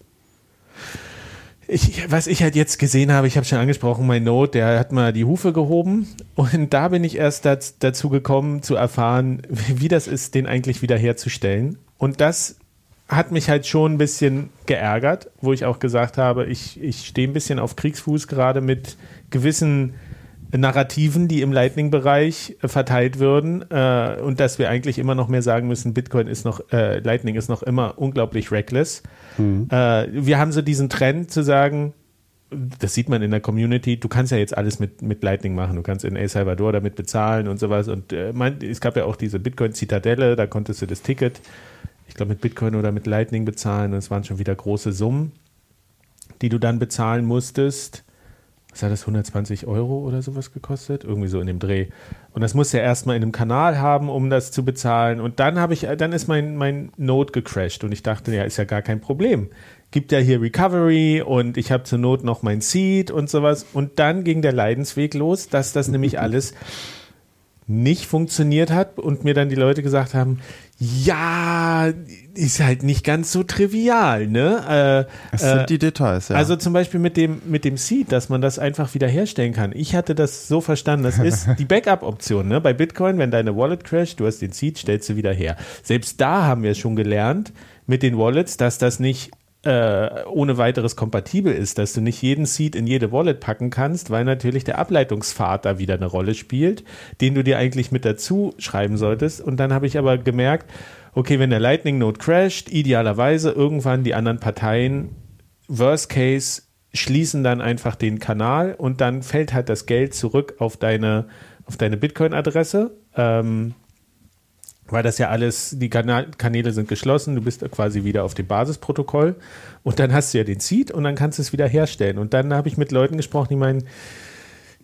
Ich, was ich halt jetzt gesehen habe, ich habe schon angesprochen, mein Node, der hat mal die Hufe gehoben und da bin ich erst das, dazu gekommen zu erfahren, wie das ist, den eigentlich wieder herzustellen. Und das hat mich halt schon ein bisschen geärgert, wo ich auch gesagt habe, ich, ich stehe ein bisschen auf Kriegsfuß gerade mit gewissen Narrativen, die im Lightning-Bereich äh, verteilt würden äh, und dass wir eigentlich immer noch mehr sagen müssen, Bitcoin ist noch, äh, Lightning ist noch immer unglaublich reckless. Mhm. Äh, wir haben so diesen Trend zu sagen, das sieht man in der Community, du kannst ja jetzt alles mit, mit Lightning machen, du kannst in El Salvador damit bezahlen und sowas und äh, man, es gab ja auch diese Bitcoin-Zitadelle, da konntest du das Ticket, ich glaube mit Bitcoin oder mit Lightning bezahlen und es waren schon wieder große Summen, die du dann bezahlen musstest. Was hat das, hundertzwanzig Euro oder sowas gekostet? Irgendwie so in dem Dreh. Und das musst du ja erstmal in einem Kanal haben, um das zu bezahlen. Und dann habe ich, dann ist mein, mein Node gecrashed und ich dachte, ja, ist ja gar kein Problem. Gibt ja hier Recovery und ich habe zur Not noch mein Seed und sowas. Und dann ging der Leidensweg los, dass das nämlich alles nicht funktioniert hat und mir dann die Leute gesagt haben, ja, ist halt nicht ganz so trivial, ne? Äh,
es sind äh, die Details, ja.
Also zum Beispiel mit dem, mit dem Seed, dass man das einfach wieder herstellen kann. Ich hatte das so verstanden, das ist die Backup-Option, ne? Bei Bitcoin, wenn deine Wallet crasht, du hast den Seed, stellst du wieder her. Selbst da haben wir schon gelernt mit den Wallets, dass das nicht Äh, ohne weiteres kompatibel ist, dass du nicht jeden Seed in jede Wallet packen kannst, weil natürlich der Ableitungspfad da wieder eine Rolle spielt, den du dir eigentlich mit dazu schreiben solltest. Und dann habe ich aber gemerkt, okay, wenn der Lightning Node crasht, idealerweise irgendwann die anderen Parteien, Worst Case, schließen dann einfach den Kanal und dann fällt halt das Geld zurück auf deine, auf deine Bitcoin-Adresse. Ähm, weil das ja alles, die Kanal- Kanäle sind geschlossen, du bist quasi wieder auf dem Basisprotokoll und dann hast du ja den Seed und dann kannst du es wieder herstellen. Und dann habe ich mit Leuten gesprochen, die meinen,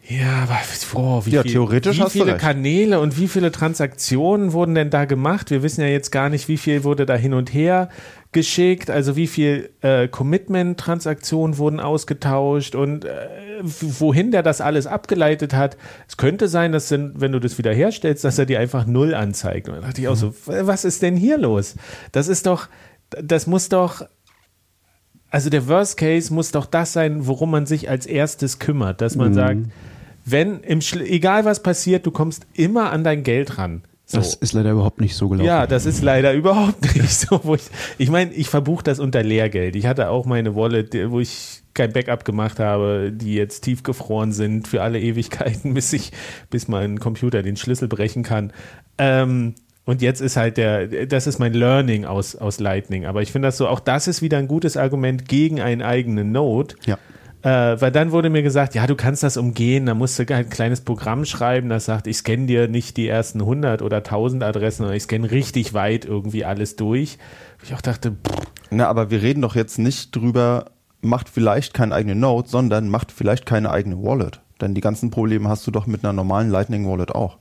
Ja, aber oh, wie,
Ja,
viel,
theoretisch
wie
hast du
viele
recht.
Kanäle und wie viele Transaktionen wurden denn da gemacht? Wir wissen ja jetzt gar nicht, wie viel wurde da hin und her geschickt, also wie viel äh, Commitment-Transaktionen wurden ausgetauscht und äh, wohin der das alles abgeleitet hat. Es könnte sein, dass dann, wenn du das wieder herstellst, dass er dir einfach null anzeigt. Und da dachte ich auch so, was ist denn hier los? Das ist doch, das muss doch, also der Worst Case muss doch das sein, worum man sich als erstes kümmert, dass man
Mhm.
sagt, wenn, im Schl- egal was passiert, du kommst immer an dein Geld ran. So.
Das ist leider überhaupt nicht so gelaufen.
Ja, das ist leider überhaupt nicht so. Wo ich ich meine, ich verbuche das unter Lehrgeld. Ich hatte auch meine Wallet, wo ich kein Backup gemacht habe, die jetzt tiefgefroren sind für alle Ewigkeiten, bis ich, bis mein Computer den Schlüssel brechen kann. Ähm, und jetzt ist halt der, das ist mein Learning aus, aus Lightning. Aber ich finde das so, auch das ist wieder ein gutes Argument gegen einen eigenen Node.
Ja.
Äh, weil dann wurde mir gesagt, ja, du kannst das umgehen, da musst du halt ein kleines Programm schreiben, das sagt, ich scanne dir nicht die ersten hundert oder tausend Adressen, sondern ich scanne richtig weit irgendwie alles durch. Ich auch dachte, pff,
Na, aber wir reden doch jetzt nicht drüber, macht vielleicht keinen eigenen Node, sondern macht vielleicht keine eigene Wallet. Denn die ganzen Probleme hast du doch mit einer normalen Lightning Wallet auch.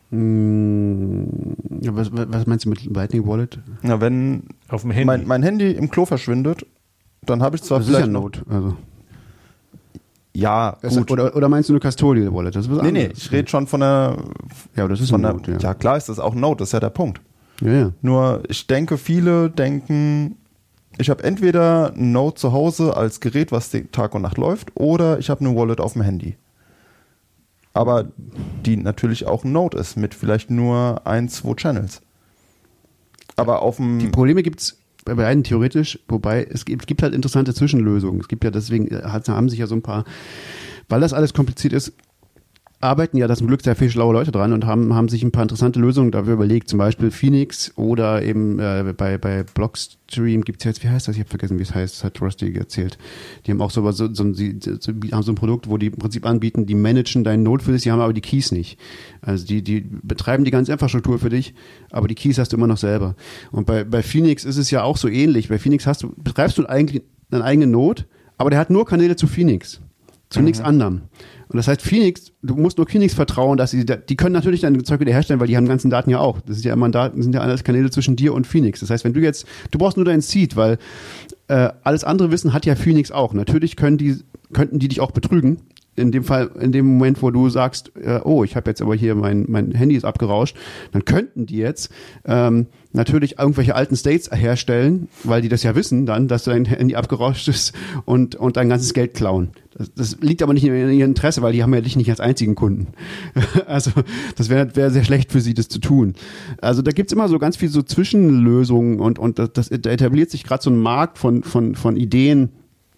Hm, was, was meinst du mit Lightning Wallet?
Na, wenn
auf dem Handy.
mein, mein Handy im Klo verschwindet, dann habe ich zwar
Das ist ja
vielleicht
ein
noch-
Node. Also.
Ja,
Das
gut.
Oder, oder meinst du eine Custodial Wallet? Das ist was
nee, nee,
anderes.
ich rede schon von der
Ja, aber das ist
von
ein
der,
Node,
ja.
ja.
klar ist das auch ein Node, das ist ja der Punkt.
Ja, ja.
Nur ich denke, viele denken, ich habe entweder ein Node zu Hause als Gerät, was den Tag und Nacht läuft, oder ich habe eine Wallet auf dem Handy. Aber die natürlich auch ein Node ist, mit vielleicht nur ein, zwei Channels. Aber auf dem...
Die Probleme gibt es bei beiden theoretisch, wobei es gibt, es gibt halt interessante Zwischenlösungen. Es gibt ja deswegen, äh, hat- haben sich ja so ein paar, weil das alles kompliziert ist, arbeiten ja da zum Glück sehr viele schlaue Leute dran und haben, haben sich ein paar interessante Lösungen dafür überlegt. Zum Beispiel Phoenix oder eben äh, bei, bei Blockstream gibt es jetzt, wie heißt das? Ich habe vergessen, wie es heißt. Das hat Rusty erzählt. Die haben auch so, so, so, sie- so, haben so ein Produkt, wo die im Prinzip anbieten, die managen deinen Node für dich, die haben aber die Keys nicht. Also die, die betreiben die ganze Infrastruktur für dich, aber die Keys hast du immer noch selber. Und bei, bei Phoenix ist es ja auch so ähnlich. Bei Phoenix hast du, betreibst du eigentlich einen eigenen Node, aber der hat nur Kanäle zu Phoenix. Zu nichts anderem. Und das heißt, Phoenix, du musst nur Phoenix vertrauen, dass sie, die können natürlich deine Zeug wieder herstellen, weil die haben die ganzen Daten ja auch. Das ist ja immer Daten, sind ja alles Kanäle zwischen dir und Phoenix. Das heißt, wenn du jetzt, du brauchst nur deinen Seed, weil äh, alles andere Wissen hat ja Phoenix auch. Natürlich können die, könnten die dich auch betrügen. In dem Fall, in dem Moment, wo du sagst, äh, oh, ich habe jetzt aber hier mein, mein Handy ist abgerauscht, dann könnten die jetzt ähm, natürlich irgendwelche alten States herstellen, weil die das ja wissen dann, dass dein Handy abgerauscht ist und, und dein ganzes Geld klauen. Das, das liegt aber nicht in ihrem Interesse, weil die haben ja dich nicht als einzigen Kunden. Also das wäre wär sehr schlecht für sie, das zu tun. Also da gibt's immer so ganz viel so Zwischenlösungen und, und das, das, da etabliert sich gerade so ein Markt von, von, von Ideen,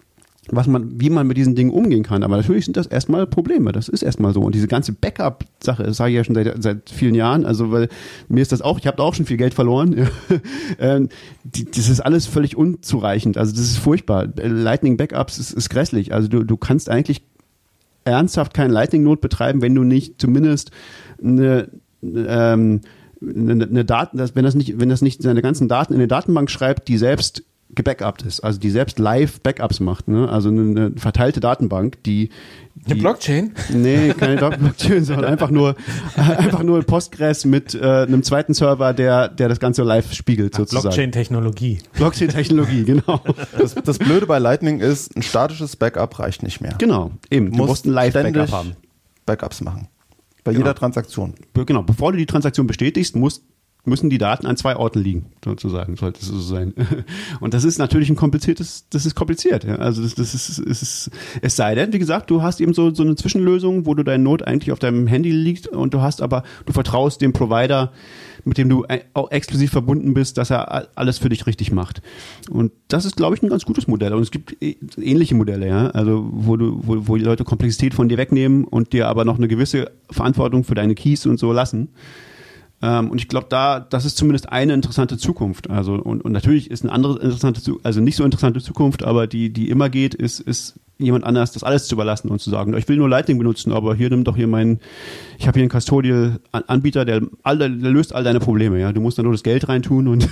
was man, wie man mit diesen Dingen umgehen kann. Aber natürlich sind das erstmal Probleme. Das ist erstmal so. Und diese ganze Backup-Sache, das sage ich ja schon seit, seit vielen Jahren. Also, weil mir ist das auch, ich habe da auch schon viel Geld verloren. ähm, die, das ist alles völlig unzureichend. Also, das ist furchtbar. Lightning Backups ist, ist grässlich. Also, du, du kannst eigentlich ernsthaft keinen Lightning-Node betreiben, wenn du nicht zumindest eine, ähm, eine, eine Daten, dass, wenn das nicht, wenn das nicht seine ganzen Daten in eine Datenbank schreibt, die selbst gebackupt ist, also die selbst live Backups macht, ne? Also eine, eine verteilte Datenbank, die, die
eine Blockchain?
Nee, keine Blockchain, sondern einfach nur einfach nur Postgres mit äh, einem zweiten Server, der der das Ganze live spiegelt sozusagen.
Blockchain-Technologie.
Blockchain-Technologie, genau.
Das, das Blöde bei Lightning ist, ein statisches Backup reicht nicht mehr.
Genau, eben. Du musst ein Live-Backup
ständig
haben.
Backups machen. Bei
Genau.
jeder Transaktion.
Be- Genau, bevor du die Transaktion bestätigst, musst müssen die Daten an zwei Orten liegen, sozusagen, sollte es so sein. Und das ist natürlich ein kompliziertes, das ist kompliziert, ja. Also das, das ist, es ist, es sei denn, wie gesagt, du hast eben so, so eine Zwischenlösung, wo du dein Node eigentlich auf deinem Handy liegt und du hast aber, du vertraust dem Provider, mit dem du auch exklusiv verbunden bist, dass er alles für dich richtig macht. Und das ist, glaube ich, ein ganz gutes Modell. Und es gibt ähnliche Modelle, ja, also wo du, wo, wo die Leute Komplexität von dir wegnehmen und dir aber noch eine gewisse Verantwortung für deine Keys und so lassen. Ähm, und ich glaube, da, das ist zumindest eine interessante Zukunft. Also, und, und natürlich ist eine andere interessante Zukunft, also nicht so interessante Zukunft, aber die, die immer geht, ist, ist jemand anders das alles zu überlassen und zu sagen, ich will nur Lightning benutzen, aber hier nimm doch hier meinen, ich habe hier einen Custodial-Anbieter, der, all, der löst all deine Probleme, ja. Du musst dann nur das Geld reintun und,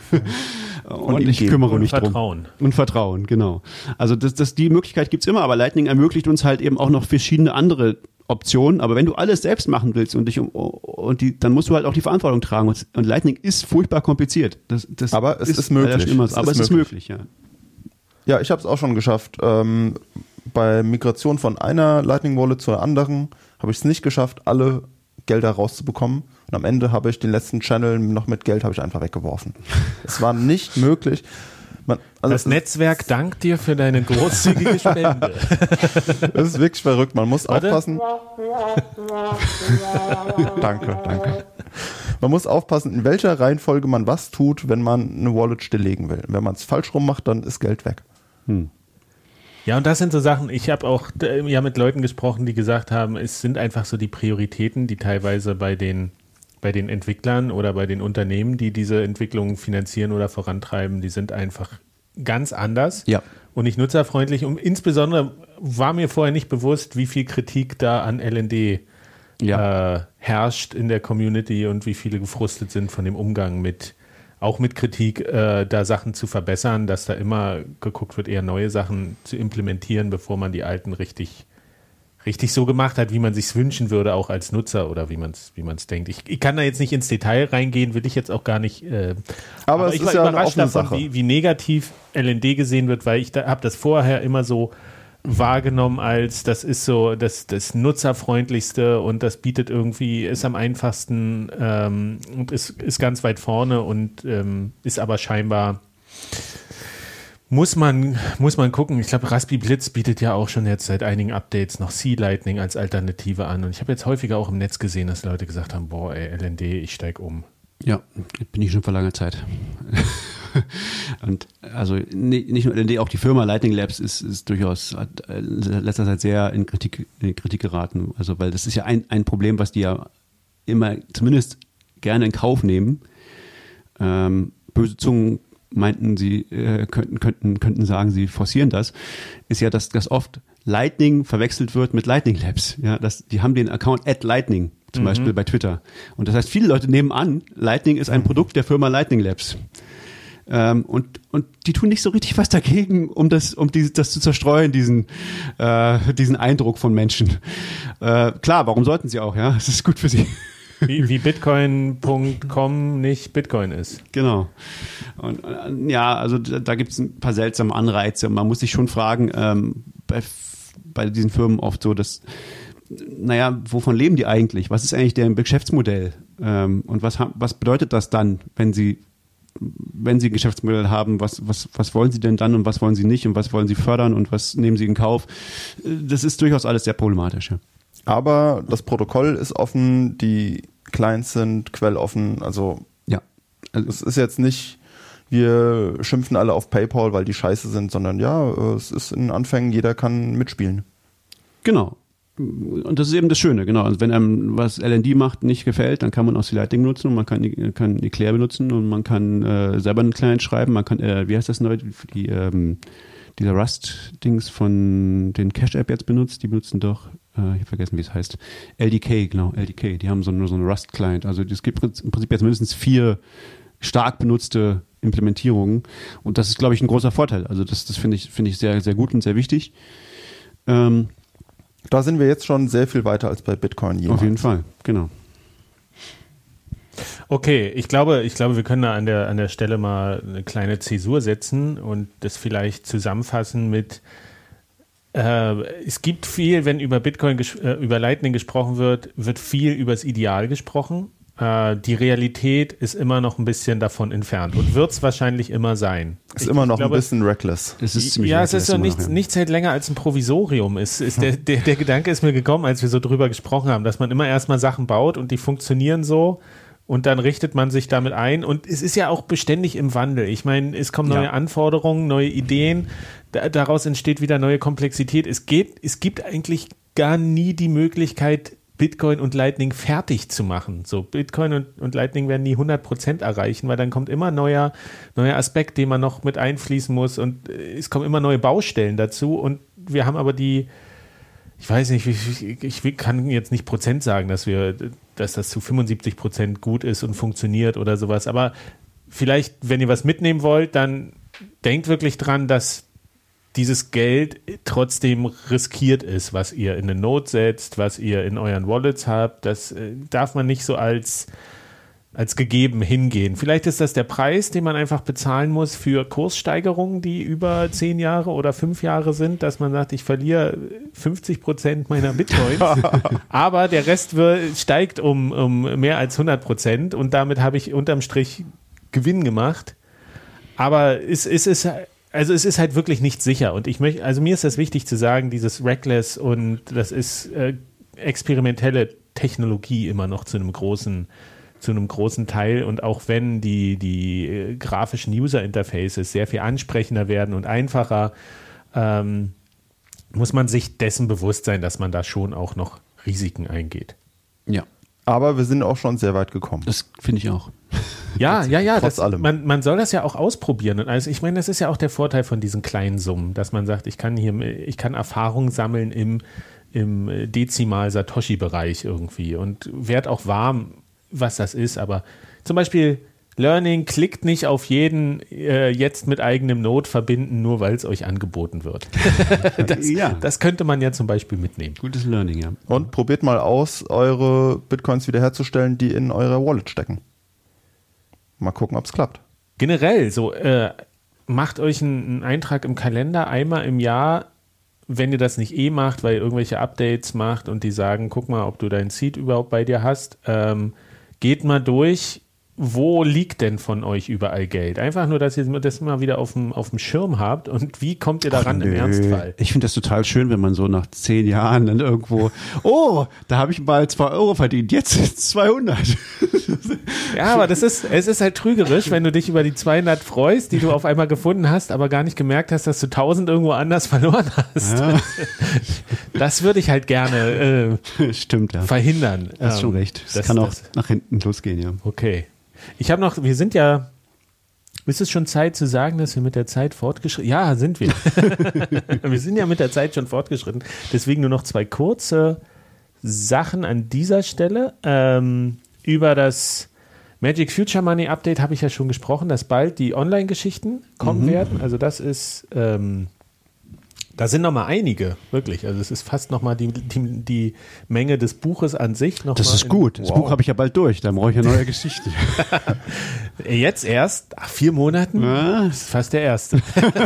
und, und ich
geben.
kümmere
Und
mich drum.
Vertrauen.
Und Vertrauen, genau. Also das, das, die Möglichkeit gibt's immer, aber Lightning ermöglicht uns halt eben auch noch verschiedene andere Option, aber wenn du alles selbst machen willst und dich um, und die, dann musst du halt auch die Verantwortung tragen und, und Lightning ist furchtbar kompliziert. Das, das
aber es ist, ist möglich.
Immer so. Aber es ist möglich, ja.
Ja, ich habe es auch schon geschafft. Ähm, bei Migration von einer Lightning Wallet zur anderen habe ich es nicht geschafft, alle Gelder rauszubekommen. Und am Ende habe ich den letzten Channel noch mit Geld habe ich einfach weggeworfen. Es war nicht möglich. Man, also
das Netzwerk dankt dir für deine großzügige Spende.
Das ist wirklich verrückt. Man muss
Warte.
aufpassen. Danke, danke. Man muss aufpassen, in welcher Reihenfolge man was tut, wenn man eine Wallet stilllegen will. Wenn man es falsch rum macht, dann ist Geld weg.
Hm.
Ja, und das sind so Sachen, ich habe auch äh, ja mit Leuten gesprochen, die gesagt haben, es sind einfach so die Prioritäten, die teilweise bei den bei den Entwicklern oder bei den Unternehmen, die diese Entwicklungen finanzieren oder vorantreiben, die sind einfach ganz anders
ja.
und nicht nutzerfreundlich. Und insbesondere war mir vorher nicht bewusst, wie viel Kritik da an L N D ja. äh, herrscht in der Community und wie viele gefrustet sind von dem Umgang mit, auch mit Kritik, äh, da Sachen zu verbessern, dass da immer geguckt wird, eher neue Sachen zu implementieren, bevor man die alten richtig richtig so gemacht hat, wie man sich's wünschen würde, auch als Nutzer oder wie man es wie man's denkt. Ich, ich kann da jetzt nicht ins Detail reingehen, will ich jetzt auch gar nicht. Äh,
aber, aber es
ich
ist
war
ja
überrascht
eine offene
davon,
Sache.
wie, wie negativ L N D gesehen wird, weil ich da habe das vorher immer so wahrgenommen als, das ist so das, das Nutzerfreundlichste und das bietet irgendwie, ist am einfachsten ähm, und ist, ist ganz weit vorne und ähm, ist aber scheinbar Muss man, muss man gucken. Ich glaube, Raspi Blitz bietet ja auch schon jetzt seit einigen Updates noch C-Lightning als Alternative an. Und ich habe jetzt häufiger auch im Netz gesehen, dass Leute gesagt haben, boah, ey, L N D, ich steig um.
Ja, bin ich schon vor langer Zeit. Und also nicht nur L N D, auch die Firma Lightning Labs ist, ist durchaus hat in letzter Zeit sehr in Kritik, in Kritik geraten. Also, weil das ist ja ein, ein Problem, was die ja immer zumindest gerne in Kauf nehmen. Ähm, böse Zungen meinten, sie äh, könnten, könnten, könnten sagen, sie forcieren das, ist ja, dass, dass oft Lightning verwechselt wird mit Lightning Labs. Ja, das, die haben den Account at Lightning, zum mhm. Beispiel bei Twitter. Und das heißt, viele Leute nehmen an, Lightning ist ein mhm. Produkt der Firma Lightning Labs. Ähm, und, und die tun nicht so richtig was dagegen, um das, um die, das zu zerstreuen, diesen, äh, diesen Eindruck von Menschen. Äh, klar, warum sollten sie auch, ja? Es ist gut für sie.
Wie, wie Bitcoin Punkt com nicht Bitcoin ist.
Genau. Und ja, also da, da gibt es ein paar seltsame Anreize. Man muss sich schon fragen, ähm, bei, bei diesen Firmen oft so, dass, naja, wovon leben die eigentlich? Was ist eigentlich deren Geschäftsmodell? Ähm, und was, was bedeutet das dann, wenn sie, wenn sie ein Geschäftsmodell haben? Was, was, was wollen sie denn dann und was wollen sie nicht und was wollen sie fördern und was nehmen sie in Kauf? Das ist durchaus alles sehr problematisch. Ja.
Aber das Protokoll ist offen, die Clients sind quelloffen, also,
ja.
also es ist jetzt nicht, wir schimpfen alle auf PayPal, weil die scheiße sind, sondern ja, es ist in den Anfängen, jeder kann mitspielen.
Genau. Und das ist eben das Schöne, genau. Also wenn einem was L N D macht nicht gefällt, dann kann man auch die Lightning nutzen und man kann, kann Eclair benutzen und man kann äh, selber einen Client schreiben, man kann, äh, wie heißt das neu, die, ähm, dieser Rust-Dings von den Cash-App jetzt benutzt, die benutzen doch ich habe vergessen, wie es heißt. L D K, genau, L D K. Die haben so, nur so einen Rust-Client. Also es gibt im Prinzip jetzt mindestens vier stark benutzte Implementierungen. Und das ist, glaube ich, ein großer Vorteil. Also das, das finde ich, finde ich sehr, sehr gut und sehr wichtig. Ähm,
da sind wir jetzt schon sehr viel weiter als bei Bitcoin jemals.
Auf jeden Fall, genau.
Okay, ich glaube, ich glaube, wir können da an der, an der Stelle mal eine kleine Zäsur setzen und das vielleicht zusammenfassen mit es gibt viel, wenn über Bitcoin, über Lightning gesprochen wird, wird viel über das Ideal gesprochen. Die Realität ist immer noch ein bisschen davon entfernt und wird es wahrscheinlich immer sein.
Ist ich immer noch glaube, ein bisschen reckless.
Es ist ziemlich
ja,
reckless,
es ist so nichts,
noch, ja.
nichts hält länger als ein Provisorium. Es ist der, der, der Gedanke ist mir gekommen, als wir so drüber gesprochen haben, dass man immer erstmal Sachen baut und die funktionieren so. Und dann richtet man sich damit ein. Und es ist ja auch beständig im Wandel. Ich meine, es kommen neue ja. Anforderungen, neue Ideen. Da, daraus entsteht wieder neue Komplexität. Es geht, es gibt eigentlich gar nie die Möglichkeit, Bitcoin und Lightning fertig zu machen. So, Bitcoin und, und Lightning werden nie hundert Prozent erreichen, weil dann kommt immer neuer, neuer Aspekt, den man noch mit einfließen muss. Und es kommen immer neue Baustellen dazu. Und wir haben aber die, ich weiß nicht, ich, ich kann jetzt nicht Prozent sagen, dass wir, dass das zu fünfundsiebzig Prozent gut ist und funktioniert oder sowas. Aber vielleicht, wenn ihr was mitnehmen wollt, dann denkt wirklich dran, dass dieses Geld trotzdem riskiert ist, was ihr in eine Note setzt, was ihr in euren Wallets habt. Das äh, darf man nicht so als, als gegeben hingehen. Vielleicht ist das der Preis, den man einfach bezahlen muss für Kurssteigerungen, die über zehn Jahre oder fünf Jahre sind, dass man sagt, ich verliere fünfzig Prozent meiner Bitcoins, aber der Rest wird, steigt um, um mehr als hundert Prozent und damit habe ich unterm Strich Gewinn gemacht. Aber es, es ist Also es ist halt wirklich nicht sicher und ich möchte, also mir ist das wichtig zu sagen, dieses Reckless und das ist äh, experimentelle Technologie immer noch zu einem großen, zu einem großen Teil und auch wenn die, die äh, grafischen User-Interfaces sehr viel ansprechender werden und einfacher, ähm, muss man sich dessen bewusst sein, dass man da schon auch noch Risiken eingeht.
Ja.
Aber wir sind auch schon sehr weit gekommen.
Das finde ich auch.
Ja, ja, ja.
Trotz
Das,
allem.
Man, man soll das ja auch ausprobieren. Und also ich meine, das ist ja auch der Vorteil von diesen kleinen Summen, dass man sagt, ich kann hier, ich kann Erfahrung sammeln im, im Dezimal-Satoshi-Bereich irgendwie und werd auch warm, was das ist. Aber zum Beispiel Learning, klickt nicht auf jeden äh, jetzt mit eigenem Node verbinden, nur weil es euch angeboten wird. das,
Ja.
das könnte man ja zum Beispiel mitnehmen.
Gutes Learning, ja.
Und probiert mal aus, eure Bitcoins wiederherzustellen, die in eurer Wallet stecken. Mal gucken, ob es klappt.
Generell, so äh, macht euch einen, einen Eintrag im Kalender einmal im Jahr, wenn ihr das nicht eh macht, weil ihr irgendwelche Updates macht und die sagen, guck mal, ob du dein Seed überhaupt bei dir hast, ähm, geht mal durch, wo liegt denn von euch überall Geld? Einfach nur, dass ihr das mal wieder auf dem, auf dem Schirm habt und wie kommt ihr daran
Ach,
im
nö.
Ernstfall?
Ich finde das total schön, wenn man so nach zehn Jahren dann irgendwo, oh, da habe ich mal zwei Euro verdient, jetzt zweihundert.
Ja, aber das ist, es ist halt trügerisch, wenn du dich über die zweihundert freust, die du auf einmal gefunden hast, aber gar nicht gemerkt hast, dass du tausend irgendwo anders verloren hast.
Ja.
Das würde ich halt gerne äh,
Stimmt, ja.
verhindern.
Du hast schon
Ähm,
recht. Das,
das-
kann auch
das-
nach hinten losgehen, ja.
Okay. Ich habe noch, wir sind ja, ist es schon Zeit zu sagen, dass wir mit der Zeit fortgeschritten, ja, sind wir. Wir sind ja mit der Zeit schon fortgeschritten. Deswegen nur noch zwei kurze Sachen an dieser Stelle. Ähm, über das Magic Future Money Update habe ich ja schon gesprochen, dass bald die Online-Geschichten kommen werden. Also das ist, ähm, da sind noch mal einige, wirklich. Also es ist fast noch mal die, die, die Menge des Buches an sich. Noch
Das
mal
ist
in-
gut. Das
Wow.
Buch habe ich ja bald durch. Da brauche ich eine neue Geschichte.
Jetzt erst, ach, vier Monaten,
Ja.
das ist fast der erste.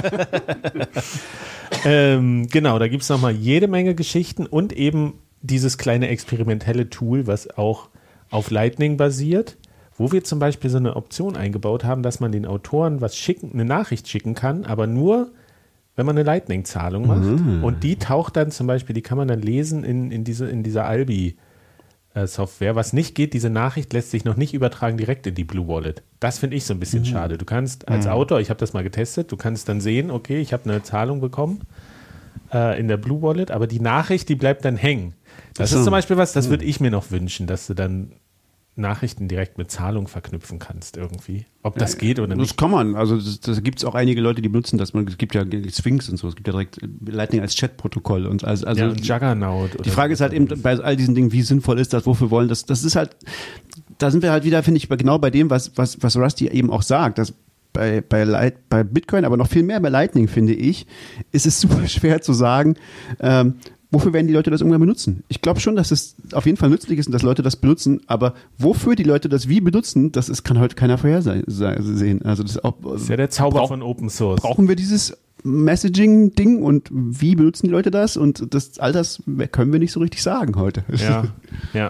ähm, genau, da gibt es nochmal jede Menge Geschichten und eben dieses kleine experimentelle Tool, was auch auf Lightning basiert, wo wir zum Beispiel so eine Option eingebaut haben, dass man den Autoren was schicken, eine Nachricht schicken kann, aber nur, wenn man eine Lightning-Zahlung macht.
Mhm.
Und die taucht dann zum Beispiel, die kann man dann lesen in, in, diese, in dieser Albi Software. Was nicht geht, diese Nachricht lässt sich noch nicht übertragen direkt in die Blue Wallet. Das finde ich so ein bisschen schade. Du kannst als Autor, ich habe das mal getestet, du kannst dann sehen, okay, ich habe eine Zahlung bekommen äh, in der Blue Wallet, aber die Nachricht, die bleibt dann hängen. Das
Ach so.
ist zum Beispiel was, das würde ich mir noch wünschen, dass du dann Nachrichten direkt mit Zahlung verknüpfen kannst irgendwie. Ob das geht oder
Das
nicht.
kann man. Also das, das gibt es auch einige Leute, die benutzen das. Man, es gibt ja Sphinx und so. Es gibt ja direkt Lightning als Chatprotokoll. Und also, also
Ja, und Juggernaut.
die
oder
Frage ist halt eben bei all diesen Dingen, wie sinnvoll ist das, wofür wollen das? Das ist halt, da sind wir halt wieder, finde ich, bei- genau bei dem, was, was, was Rusty eben auch sagt, dass bei, bei, Light, bei Bitcoin, aber noch viel mehr bei Lightning, finde ich, ist es super schwer zu sagen, ähm, wofür werden die Leute das irgendwann benutzen? Ich glaube schon, dass es auf jeden Fall nützlich ist und dass Leute das benutzen, aber wofür die Leute das wie benutzen, das ist, kann heute keiner vorhersehen. Also das ist, auch,
Das ist ja der Zauber
brauch-
von Open Source.
brauchen wir dieses Messaging-Ding und wie benutzen die Leute das? Und das, all das können wir nicht so richtig sagen heute.
Ja, ja.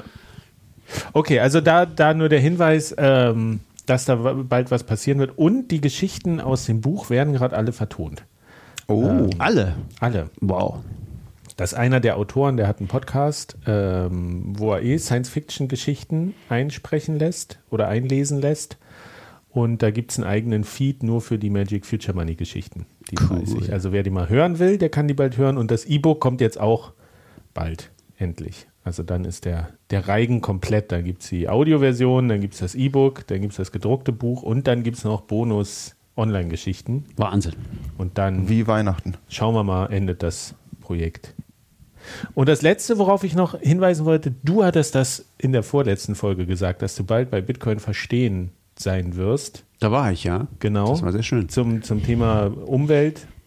Okay, also da, da nur der Hinweis, ähm, dass da wa- bald was passieren wird. Und die Geschichten aus dem Buch werden gerade alle vertont.
Oh.
Alle.
Alle.
Wow.
Das ist einer der Autoren, der hat einen Podcast, ähm, wo er eh Science-Fiction-Geschichten einsprechen lässt oder einlesen lässt. Und da gibt es einen eigenen Feed nur für die Magic Future Money-Geschichten. Die
Cool.
dreißig. Also wer die mal hören will, der kann die bald hören. Und das E-Book kommt jetzt auch bald, endlich. Also dann ist der, der Reigen komplett. Da gibt es die Audioversion, dann gibt es das E-Book, dann gibt es das gedruckte Buch und dann gibt es noch Bonus-Online-Geschichten.
Wahnsinn.
Und dann
Wie Weihnachten.
schauen wir mal, endet das Projekt. Und das Letzte, worauf ich noch hinweisen wollte, du hattest das in der vorletzten Folge gesagt, dass du bald bei Bitcoin verstehen sein wirst.
Da war ich, ja.
Genau.
Das war sehr schön.
Zum, zum Thema Umwelt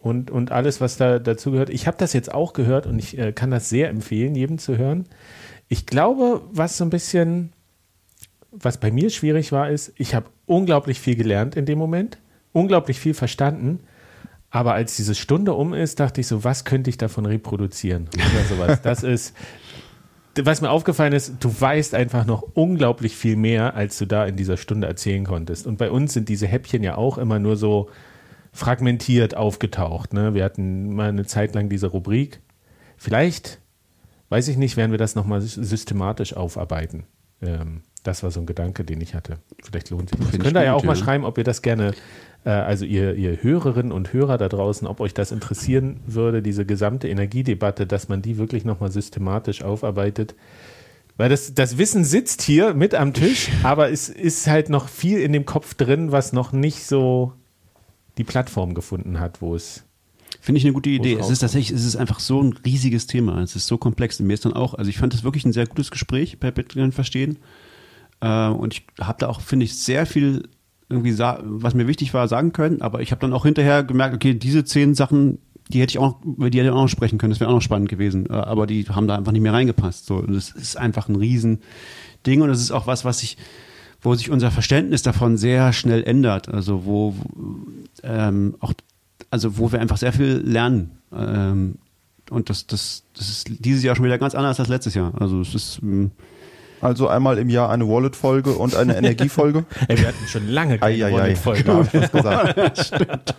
und, und alles, was da dazu gehört. Ich habe das jetzt auch gehört und ich äh, kann das sehr empfehlen, jedem zu hören. Ich glaube, was so ein bisschen, was bei mir schwierig war, ist, ich habe unglaublich viel gelernt in dem Moment, unglaublich viel verstanden, aber als diese Stunde um ist, dachte ich so, was könnte ich davon reproduzieren oder sowas. Das ist, was mir aufgefallen ist, du weißt einfach noch unglaublich viel mehr, als du da in dieser Stunde erzählen konntest. Und bei uns sind diese Häppchen ja auch immer nur so fragmentiert aufgetaucht. Ne? Wir hatten mal eine Zeit lang diese Rubrik. Vielleicht, weiß ich nicht, werden wir das nochmal systematisch aufarbeiten. Ähm, das war so ein Gedanke, den ich hatte. Vielleicht lohnt sich das. Könnt ihr ja auch mal schreiben, ob ihr das gerne, äh, also ihr, ihr Hörerinnen und Hörer da draußen, ob euch das interessieren würde, diese gesamte Energiedebatte, dass man die wirklich nochmal systematisch aufarbeitet. Weil das, das Wissen sitzt hier mit am Tisch, aber es ist halt noch viel in dem Kopf drin, was noch nicht so die Plattform gefunden hat, wo es
Finde ich eine gute Idee. Es ist tatsächlich, es ist einfach so ein riesiges Thema. Es ist so komplex. Und mir ist dann auch, also ich fand das wirklich ein sehr gutes Gespräch bei Bitcoin verstehen. Äh, und ich habe da auch, finde ich, sehr viel irgendwie, was mir wichtig war, sagen können. Aber ich habe dann auch hinterher gemerkt, okay, diese zehn Sachen, die hätte ich auch, über die hätte ich auch noch sprechen können. Das wäre auch noch spannend gewesen. Aber die haben da einfach nicht mehr reingepasst. So, das ist einfach ein Riesending. Und das ist auch was, was ich, wo sich unser Verständnis davon sehr schnell ändert. Also wo ähm, auch Also wo wir einfach sehr viel lernen. Ähm, und das, das, das ist dieses Jahr schon wieder ganz anders als letztes Jahr. Also es ist ähm
Also einmal im Jahr eine Wallet-Folge und eine Energiefolge.
Ey, wir hatten schon lange keine
ei, ei,
Wallet-Folge.
Genau, hab ich was gesagt.
Stimmt.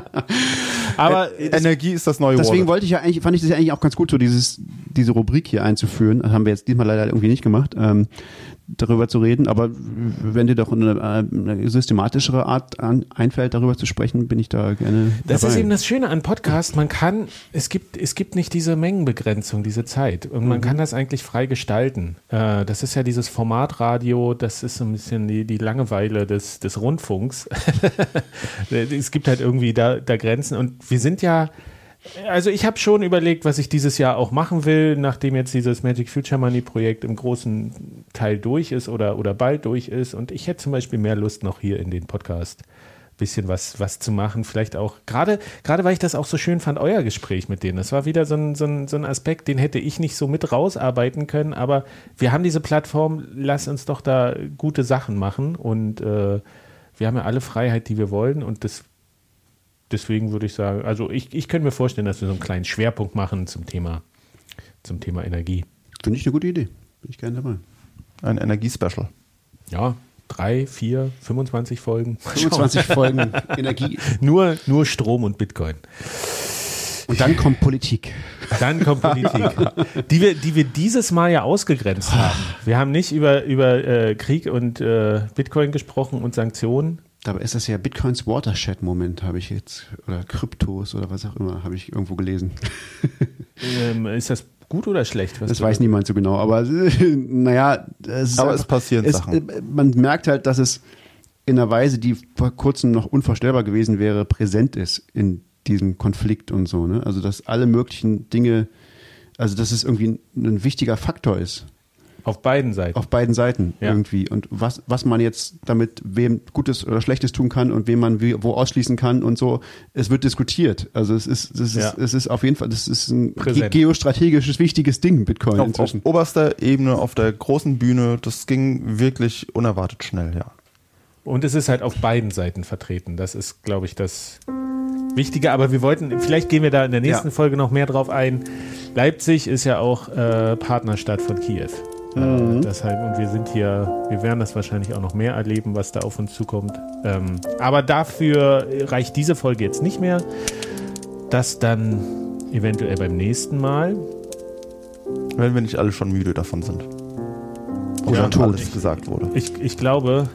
Aber e- Energie ist das neue
Deswegen
Wallet.
wollte ich ja eigentlich, fand ich das ja eigentlich auch ganz gut, so dieses, diese Rubrik hier einzuführen. Das haben wir jetzt diesmal leider irgendwie nicht gemacht. Ähm, darüber zu reden, aber wenn dir doch eine, eine systematischere Art an, einfällt, darüber zu sprechen, bin ich da gerne
Das
dabei.
ist eben das Schöne an Podcast, man kann, es gibt, es gibt nicht diese Mengenbegrenzung, diese Zeit und man mhm. kann das eigentlich frei gestalten. Äh, das ist ja dieses Formatradio, das ist so ein bisschen die, die Langeweile des, des Rundfunks. Es gibt halt irgendwie da, da Grenzen und wir sind ja, also ich habe schon überlegt, was ich dieses Jahr auch machen will, nachdem jetzt dieses Magic Future Money Projekt im großen Teil durch ist oder, oder bald durch ist. Und ich hätte zum Beispiel mehr Lust, noch hier in den Podcast ein bisschen was, was zu machen. Vielleicht auch, gerade, gerade weil ich das auch so schön fand, euer Gespräch mit denen. Das war wieder so ein, so ein, so ein Aspekt, den hätte ich nicht so mit rausarbeiten können. Aber wir haben diese Plattform, lass uns doch da gute Sachen machen. Und äh, wir haben ja alle Freiheit, die wir wollen. Und das Deswegen würde ich sagen, also ich, ich könnte mir vorstellen, dass wir so einen kleinen Schwerpunkt machen zum Thema, zum Thema Energie.
Finde ich eine gute Idee. Bin ich gerne dabei.
Ein Energiespecial.
Ja, drei, vier, fünfundzwanzig Folgen.
fünfundzwanzig Folgen Energie.
Nur, nur Strom und Bitcoin.
Und dann kommt Politik.
Dann kommt Politik. Die wir, die wir dieses Mal ja ausgegrenzt haben. Wir haben nicht über, über äh, Krieg und äh, Bitcoin gesprochen und Sanktionen.
Dabei ist das ja Bitcoins Watershed-Moment, habe ich jetzt, oder Kryptos oder was auch immer, habe ich irgendwo gelesen.
Ähm, ist das gut oder schlecht? Was
das weiß niemand so genau, aber naja. Es
aber
einfach,
es passieren
es,
Sachen.
Man merkt halt, dass es in einer Weise, die vor kurzem noch unvorstellbar gewesen wäre, präsent ist in diesem Konflikt und so. Ne? Also dass alle möglichen Dinge, also dass es irgendwie ein, ein wichtiger Faktor ist.
Auf beiden Seiten.
Auf beiden Seiten ja. irgendwie. Und was, was man jetzt damit wem Gutes oder Schlechtes tun kann und wem man wie, wo ausschließen kann und so, es wird diskutiert. Also es ist, es ist, ja. es ist auf jeden Fall, das ist ein Präsent. geostrategisches wichtiges Ding, Bitcoin
auf,
inzwischen.
Auf oberster Ebene, auf der großen Bühne, das ging wirklich unerwartet schnell, ja.
Und es ist halt auf beiden Seiten vertreten. Das ist, glaube ich, das Wichtige. Aber wir wollten, vielleicht gehen wir da in der nächsten ja. Folge noch mehr drauf ein. Leipzig ist ja auch äh, Partnerstadt von Kiew. Mhm. Äh, deshalb, und wir sind hier, wir werden das wahrscheinlich auch noch mehr erleben, was da auf uns zukommt. Ähm, aber dafür reicht diese Folge jetzt nicht mehr. Das dann eventuell beim nächsten Mal.
Wenn wir nicht alle schon müde davon sind.
Oder
ja, tot alles gesagt wurde.
Ich, ich glaube,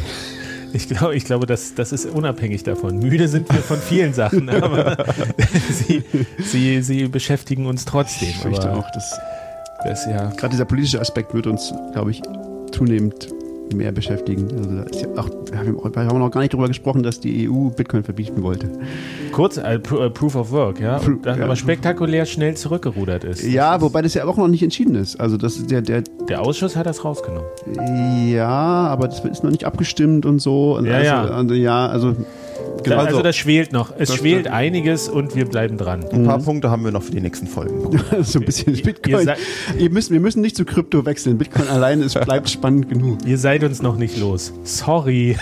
ich glaube, ich glaube, das, das ist unabhängig davon. Müde sind wir von vielen Sachen, aber sie, sie, sie beschäftigen uns trotzdem.
Ich fürchte auch, dass
das, ja.
gerade dieser politische Aspekt wird uns, glaube ich, zunehmend mehr beschäftigen. Also da ist ja auch, wir haben noch gar nicht darüber gesprochen, dass die E U Bitcoin verbieten wollte.
Kurz, äh, Proof of Work, ja,
Pro,
das
ja.
aber spektakulär schnell zurückgerudert ist.
Ja, wobei das ja auch noch nicht entschieden ist. Also das ist der, der,
der Ausschuss hat das rausgenommen.
Ja, aber das ist noch nicht abgestimmt und so. Und
ja,
also,
ja.
Also, ja, also
Also,
Also-
das schwelt noch. Es
Das
schwelt
stimmt.
einiges und wir bleiben dran.
Ein paar Punkte haben wir noch für die nächsten Folgen.
so ein bisschen
Ihr
Bitcoin.
seid-
Ihr müsst, wir müssen nicht zu Krypto wechseln. Bitcoin alleine, es bleibt spannend genug.
Ihr seid uns noch nicht los. Sorry.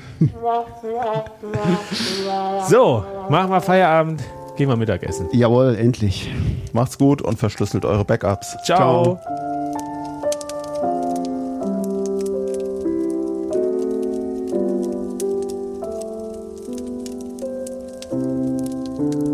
So, machen wir Feierabend. Gehen wir Mittagessen.
Jawohl, endlich.
Macht's gut und verschlüsselt eure Backups.
Ciao.
Ciao.